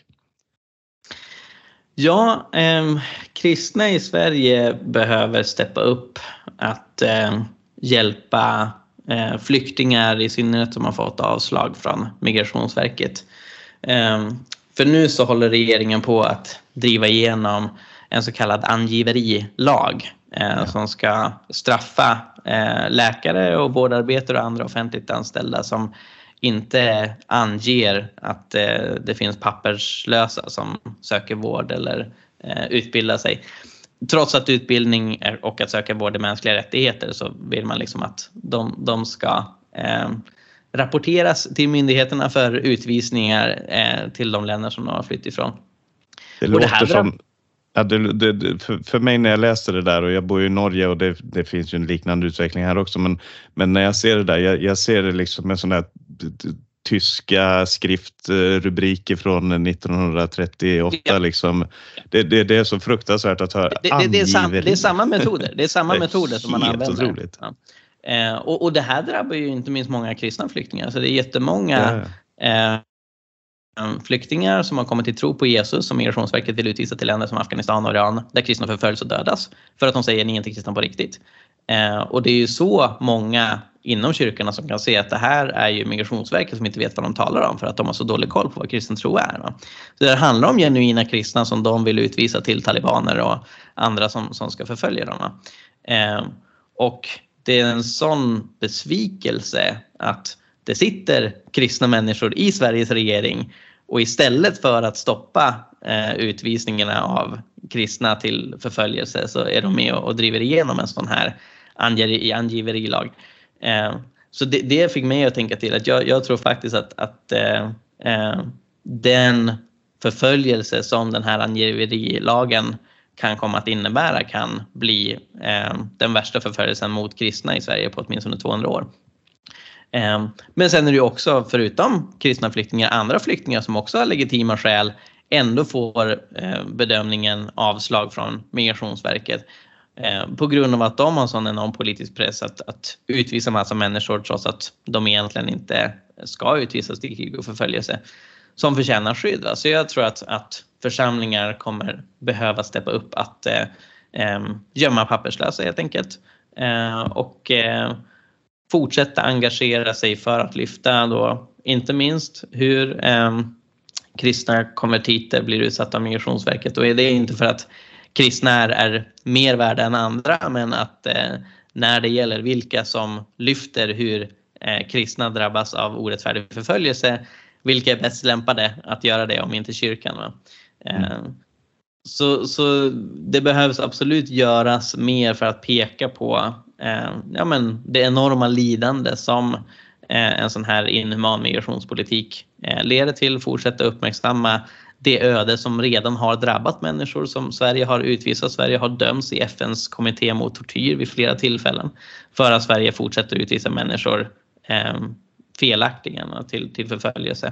Ja, eh, kristna i Sverige behöver steppa upp att eh, hjälpa eh, flyktingar, i synnerhet som har fått avslag från Migrationsverket. Eh, för nu så håller regeringen på att driva igenom en så kallad angiverilag eh, ja. som ska straffa eh, läkare och vårdarbetare och andra offentligt anställda som inte anger att eh, det finns papperslösa som söker vård eller eh, utbildar sig. Trots att utbildning är, och att söka vård är mänskliga rättigheter, så vill man liksom att de, de ska eh, rapporteras till myndigheterna för utvisningar eh, till de länder som de har flytt ifrån. Det och låter det här som... Ja, det, det, för, för mig när jag läste det där, och jag bor i Norge och det, det finns ju en liknande utveckling här också, men, men när jag ser det där, jag, jag ser det liksom med sådana här tyska skriftrubriker från nittonhundratrettioåtta. Ja. Liksom. Det, det, det är så fruktansvärt att höra. Det, det, det, är, sam, det är samma metoder, det är samma det är metoder som man använder. Otroligt. Ja. Eh, och, och det här drabbar ju inte minst många kristna flyktingar, så det är jättemånga ja. eh, flyktingar som har kommit till tro på Jesus som Migrationsverket vill utvisa till länder som Afghanistan och Iran, där kristna förföljs och dödas för att de säger att ni är inte kristna på riktigt. Eh, och det är ju så många inom kyrkorna som kan se att det här är ju Migrationsverket som inte vet vad de talar om för att de har så dålig koll på vad kristen tro är. Va? Så det handlar om genuina kristna som de vill utvisa till talibaner och andra som, som ska förfölja dem. Eh, och det är en sån besvikelse att det sitter kristna människor i Sveriges regering, och istället för att stoppa eh, utvisningarna av kristna till förföljelse så är de med och, och driver igenom en sån här anger, angiverilag. Eh, så det, det fick mig att tänka till att jag, jag tror faktiskt att, att eh, eh, den förföljelse som den här angiverilagen kan komma att innebära kan bli eh, den värsta förföljelsen mot kristna i Sverige på åtminstone tvåhundra år. Men sen är det ju också, förutom kristna flyktingar, andra flyktingar som också har legitima skäl ändå får bedömningen avslag från Migrationsverket på grund av att de har sån enorm politisk press att, att utvisa massa människor trots att de egentligen inte ska utvisas till krig och förföljelse, som förtjänar skydd. Så jag tror att, att församlingar kommer behöva steppa upp att eh, gömma papperslösa helt enkelt eh, och eh, fortsätta engagera sig för att lyfta då inte minst hur eh, kristna konvertiter blir utsatta av Migrationsverket. Och det är inte för att kristna är, är mer värda än andra, men att eh, när det gäller vilka som lyfter hur eh, kristna drabbas av orättfärdig förföljelse, vilka är bäst lämpade att göra det om inte kyrkan. Va? Eh, mm. så, så det behövs absolut göras mer för att peka på Eh, ja, men det enorma lidande som eh, en sån här inhuman migrationspolitik eh, leder till. Fortsätta uppmärksamma det öde som redan har drabbat människor som Sverige har utvisat. Sverige har dömts i F N:s kommitté mot tortyr vid flera tillfällen för att Sverige fortsätter utvisa människor eh, felaktiga till, till förföljelse.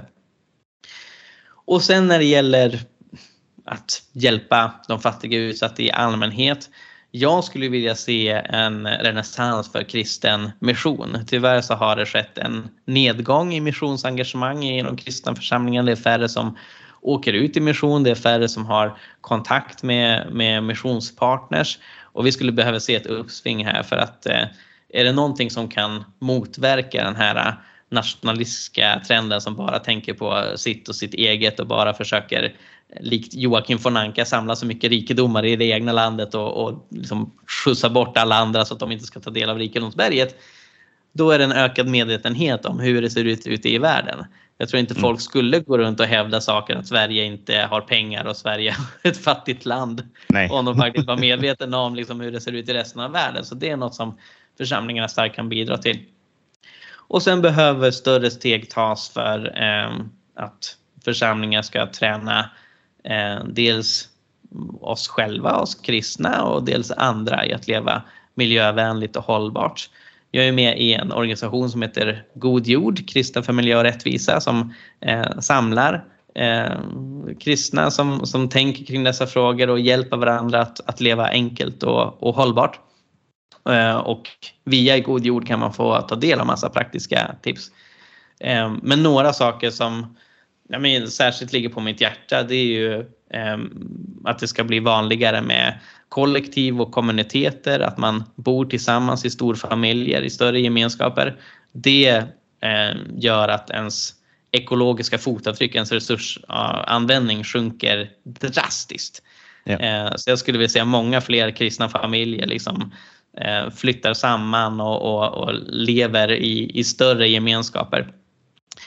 Och sen när det gäller att hjälpa de fattiga utsatta i allmänhet, jag skulle vilja se en renässans för kristen mission. Tyvärr så har det skett en nedgång i missionsengagemang i de kristna församlingarna. Det är färre som åker ut i mission, det är färre som har kontakt med, med missionspartners. Och vi skulle behöva se ett uppsving här, för att eh, är det någonting som kan motverka den här nationalistiska trenden som bara tänker på sitt och sitt eget och bara försöker likt Joakim von Anka samla så mycket rikedomar i det egna landet och, och liksom skjutsa bort alla andra så att de inte ska ta del av rikedomsberget, då är det en ökad medvetenhet om hur det ser ut ute i världen. Jag tror inte folk mm. skulle gå runt och hävda saker att Sverige inte har pengar och Sverige är ett fattigt land. Nej. Om de faktiskt var medvetna om liksom hur det ser ut i resten av världen. Så det är något som församlingarna starkt kan bidra till. Och sen behöver större steg tas för eh, att församlingar ska träna eh, dels oss själva, oss kristna, och dels andra i att leva miljövänligt och hållbart. Jag är med i en organisation som heter God Jord, Kristen för miljö och rättvisa, som eh, samlar eh, kristna som, som tänker kring dessa frågor och hjälper varandra att, att leva enkelt och, och hållbart. Eh, och via God Jord kan man få ta del av massa praktiska tips. Eh, men några saker som ja, men särskilt ligger på mitt hjärta, det är ju eh, att det ska bli vanligare med kollektiv och kommuniteter, att man bor tillsammans i storfamiljer, i större gemenskaper. Det eh, gör att ens ekologiska fotavtryck, ens resursanvändning sjunker drastiskt. Ja. Eh, så jag skulle vilja säga många fler kristna familjer liksom, eh, flyttar samman och, och, och lever i, i större gemenskaper.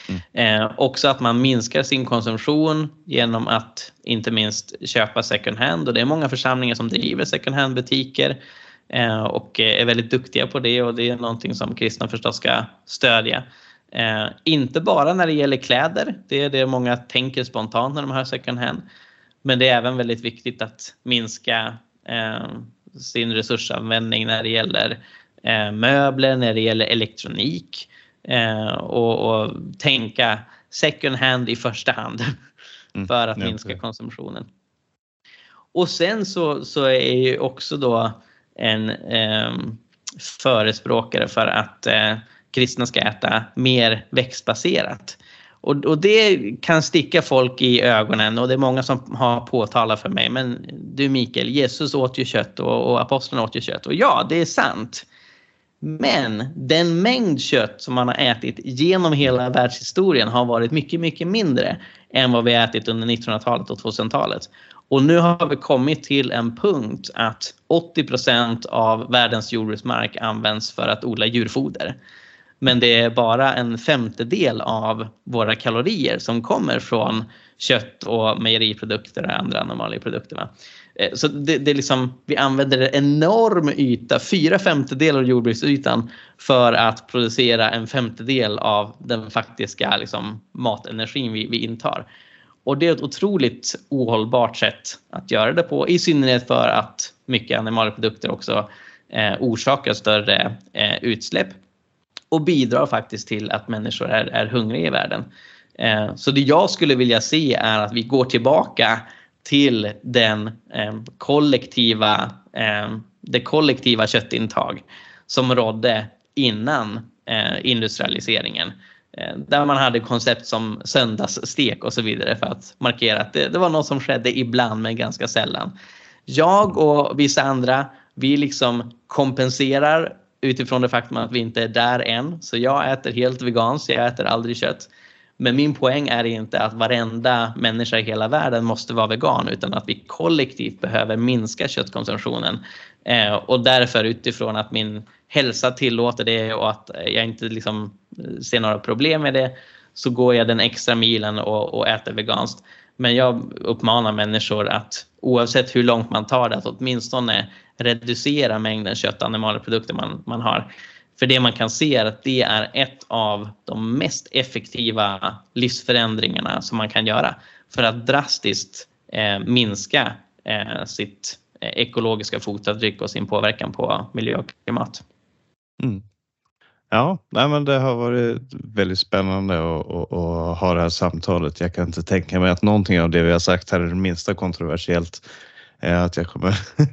Mm. Eh, också att man minskar sin konsumtion genom att inte minst köpa second hand. Och det är många församlingar som driver second hand butiker eh, och är väldigt duktiga på det. Och det är någonting som kristna förstås ska stödja. Eh, inte bara när det gäller kläder. Det är det många tänker spontant när de hör second hand. Men det är även väldigt viktigt att minska eh, sin resursanvändning när det gäller eh, möbler, när det gäller elektronik. Eh, och, och tänka second hand i första hand för att mm, minska konsumtionen. Och sen så, så är ju också då en eh, förespråkare för att eh, kristna ska äta mer växtbaserat. Och, och det kan sticka folk i ögonen, och det är många som har påtalat för mig, men du Mikael, Jesus åt ju kött och, och apostlarna åt ju kött. Och ja, det är sant. Men den mängd kött som man har ätit genom hela världshistorien har varit mycket, mycket mindre än vad vi har ätit under nittonhundratalet och tvåtusentalet. Och nu har vi kommit till en punkt att åttio procent av världens jordbruksmark används för att odla djurfoder. Men det är bara en femtedel av våra kalorier som kommer från kött och mejeriprodukter och andra animalieprodukter. Va? Så det, det är liksom, vi använder en enorm yta, fyra femtedelar av jordbruksytan, för att producera en femtedel av den faktiska liksom, matenergin vi, vi intar. Och det är ett otroligt ohållbart sätt att göra det på, i synnerhet för att mycket animalieprodukter också eh, orsakar större eh, utsläpp och bidrar faktiskt till att människor är, är hungriga i världen. Eh, så det jag skulle vilja se är att vi går tillbaka till den eh, kollektiva, eh, det kollektiva köttintag som rådde innan eh, industrialiseringen. Eh, där man hade koncept som söndagsstek och så vidare för att markera att det, det var något som skedde ibland men ganska sällan. Jag och vissa andra, vi liksom kompenserar utifrån det faktum att vi inte är där än. Så jag äter helt veganskt, jag äter aldrig kött. Men min poäng är inte att varenda människa i hela världen måste vara vegan, utan att vi kollektivt behöver minska köttkonsumtionen. Eh, och därför utifrån att min hälsa tillåter det och att jag inte liksom ser några problem med det, så går jag den extra milen och, och äter veganskt. Men jag uppmanar människor att oavsett hur långt man tar det, att åtminstone reducera mängden kött och animalieprodukter man, man har. För det man kan se är att det är ett av de mest effektiva livsförändringarna som man kan göra för att drastiskt eh, minska eh, sitt eh, ekologiska fotavtryck och sin påverkan på miljö och klimat. Mm. Ja, nej, men det har varit väldigt spännande att, att, att ha det här samtalet. Jag kan inte tänka mig att någonting av det vi har sagt här är det minsta kontroversiellt. Att jag kommer...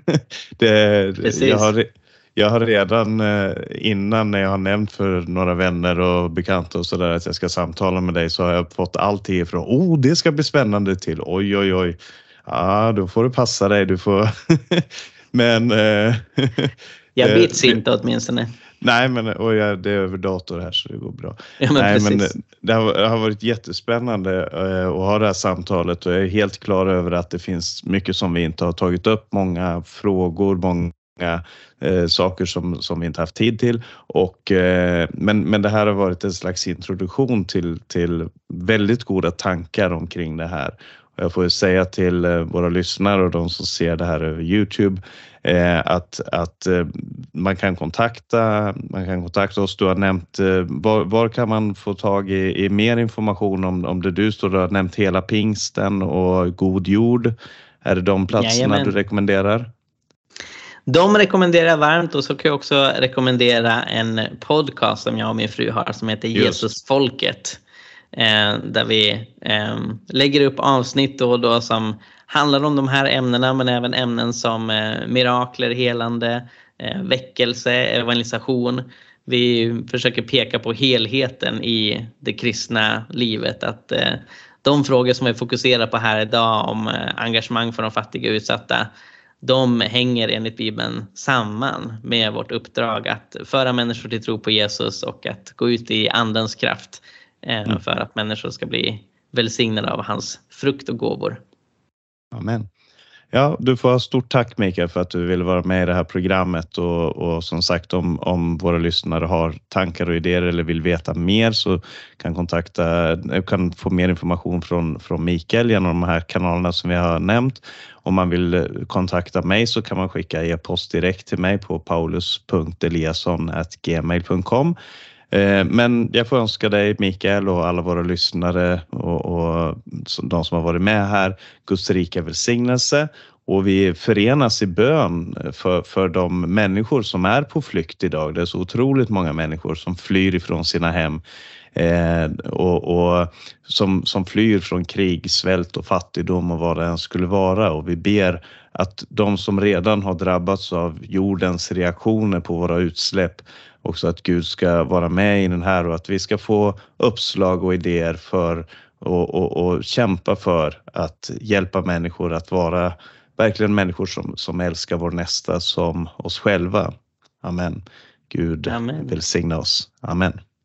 det, jag, har, jag har redan innan, när jag har nämnt för några vänner och bekanta och sådär att jag ska samtala med dig, så har jag fått allt ifrån oh, det ska bli spännande till oj oj oj. Ja, då får du passa dig, du får... men... jag bits inte åtminstone. Nej, men och jag, det är över dator här så det går bra. Ja, men Nej, men det har, det har varit jättespännande uh, att ha det här samtalet, och jag är helt klar över att det finns mycket som vi inte har tagit upp, många frågor, många uh, saker som, som vi inte haft tid till. Och, uh, men, men det här har varit en slags introduktion till, till väldigt goda tankar omkring det här. Och jag får säga till uh, våra lyssnare och de som ser det här över YouTube, Eh, att, att eh, man kan kontakta man kan kontakta oss. Du har nämnt eh, var, var kan man få tag i, i mer information om, om det du står. Du har nämnt hela Pingsten och God jord. Är det de platserna Jajamän. Du rekommenderar? De rekommenderar jag varmt, och så kan jag också rekommendera en podcast som jag och min fru har som heter Jesusfolket. Eh, där vi eh, lägger upp avsnitt då och då som handlar om de här ämnena, men även ämnen som eh, mirakler, helande, eh, väckelse, evangelisation. Vi försöker peka på helheten i det kristna livet. Att eh, de frågor som vi fokuserar på här idag om eh, engagemang för de fattiga och utsatta, de hänger enligt Bibeln samman med vårt uppdrag att föra människor till tro på Jesus och att gå ut i andens kraft eh, mm. för att människor ska bli välsignade av hans frukt och gåvor. Amen. Ja, du får ha stort tack Mikael för att du ville vara med i det här programmet och, och som sagt om, om våra lyssnare har tankar och idéer eller vill veta mer så kan kontakta, kan få mer information från, från Mikael genom de här kanalerna som vi har nämnt. Om man vill kontakta mig så kan man skicka e-post direkt till mig på paulus punkt eliasson at gmail punkt com. Men jag får önska dig Mikael och alla våra lyssnare och, och de som har varit med här Guds rika välsignelse, och vi förenas i bön för, för de människor som är på flykt idag. Det är så otroligt många människor som flyr ifrån sina hem eh, och, och som, som flyr från krig, svält och fattigdom och vad det än skulle vara, och vi ber att de som redan har drabbats av jordens reaktioner på våra utsläpp också att Gud ska vara med i den här och att vi ska få uppslag och idéer för och, och, och kämpa för att hjälpa människor att vara verkligen människor som, som älskar vår nästa som oss själva. Amen. Gud Amen. välsigna oss. Amen.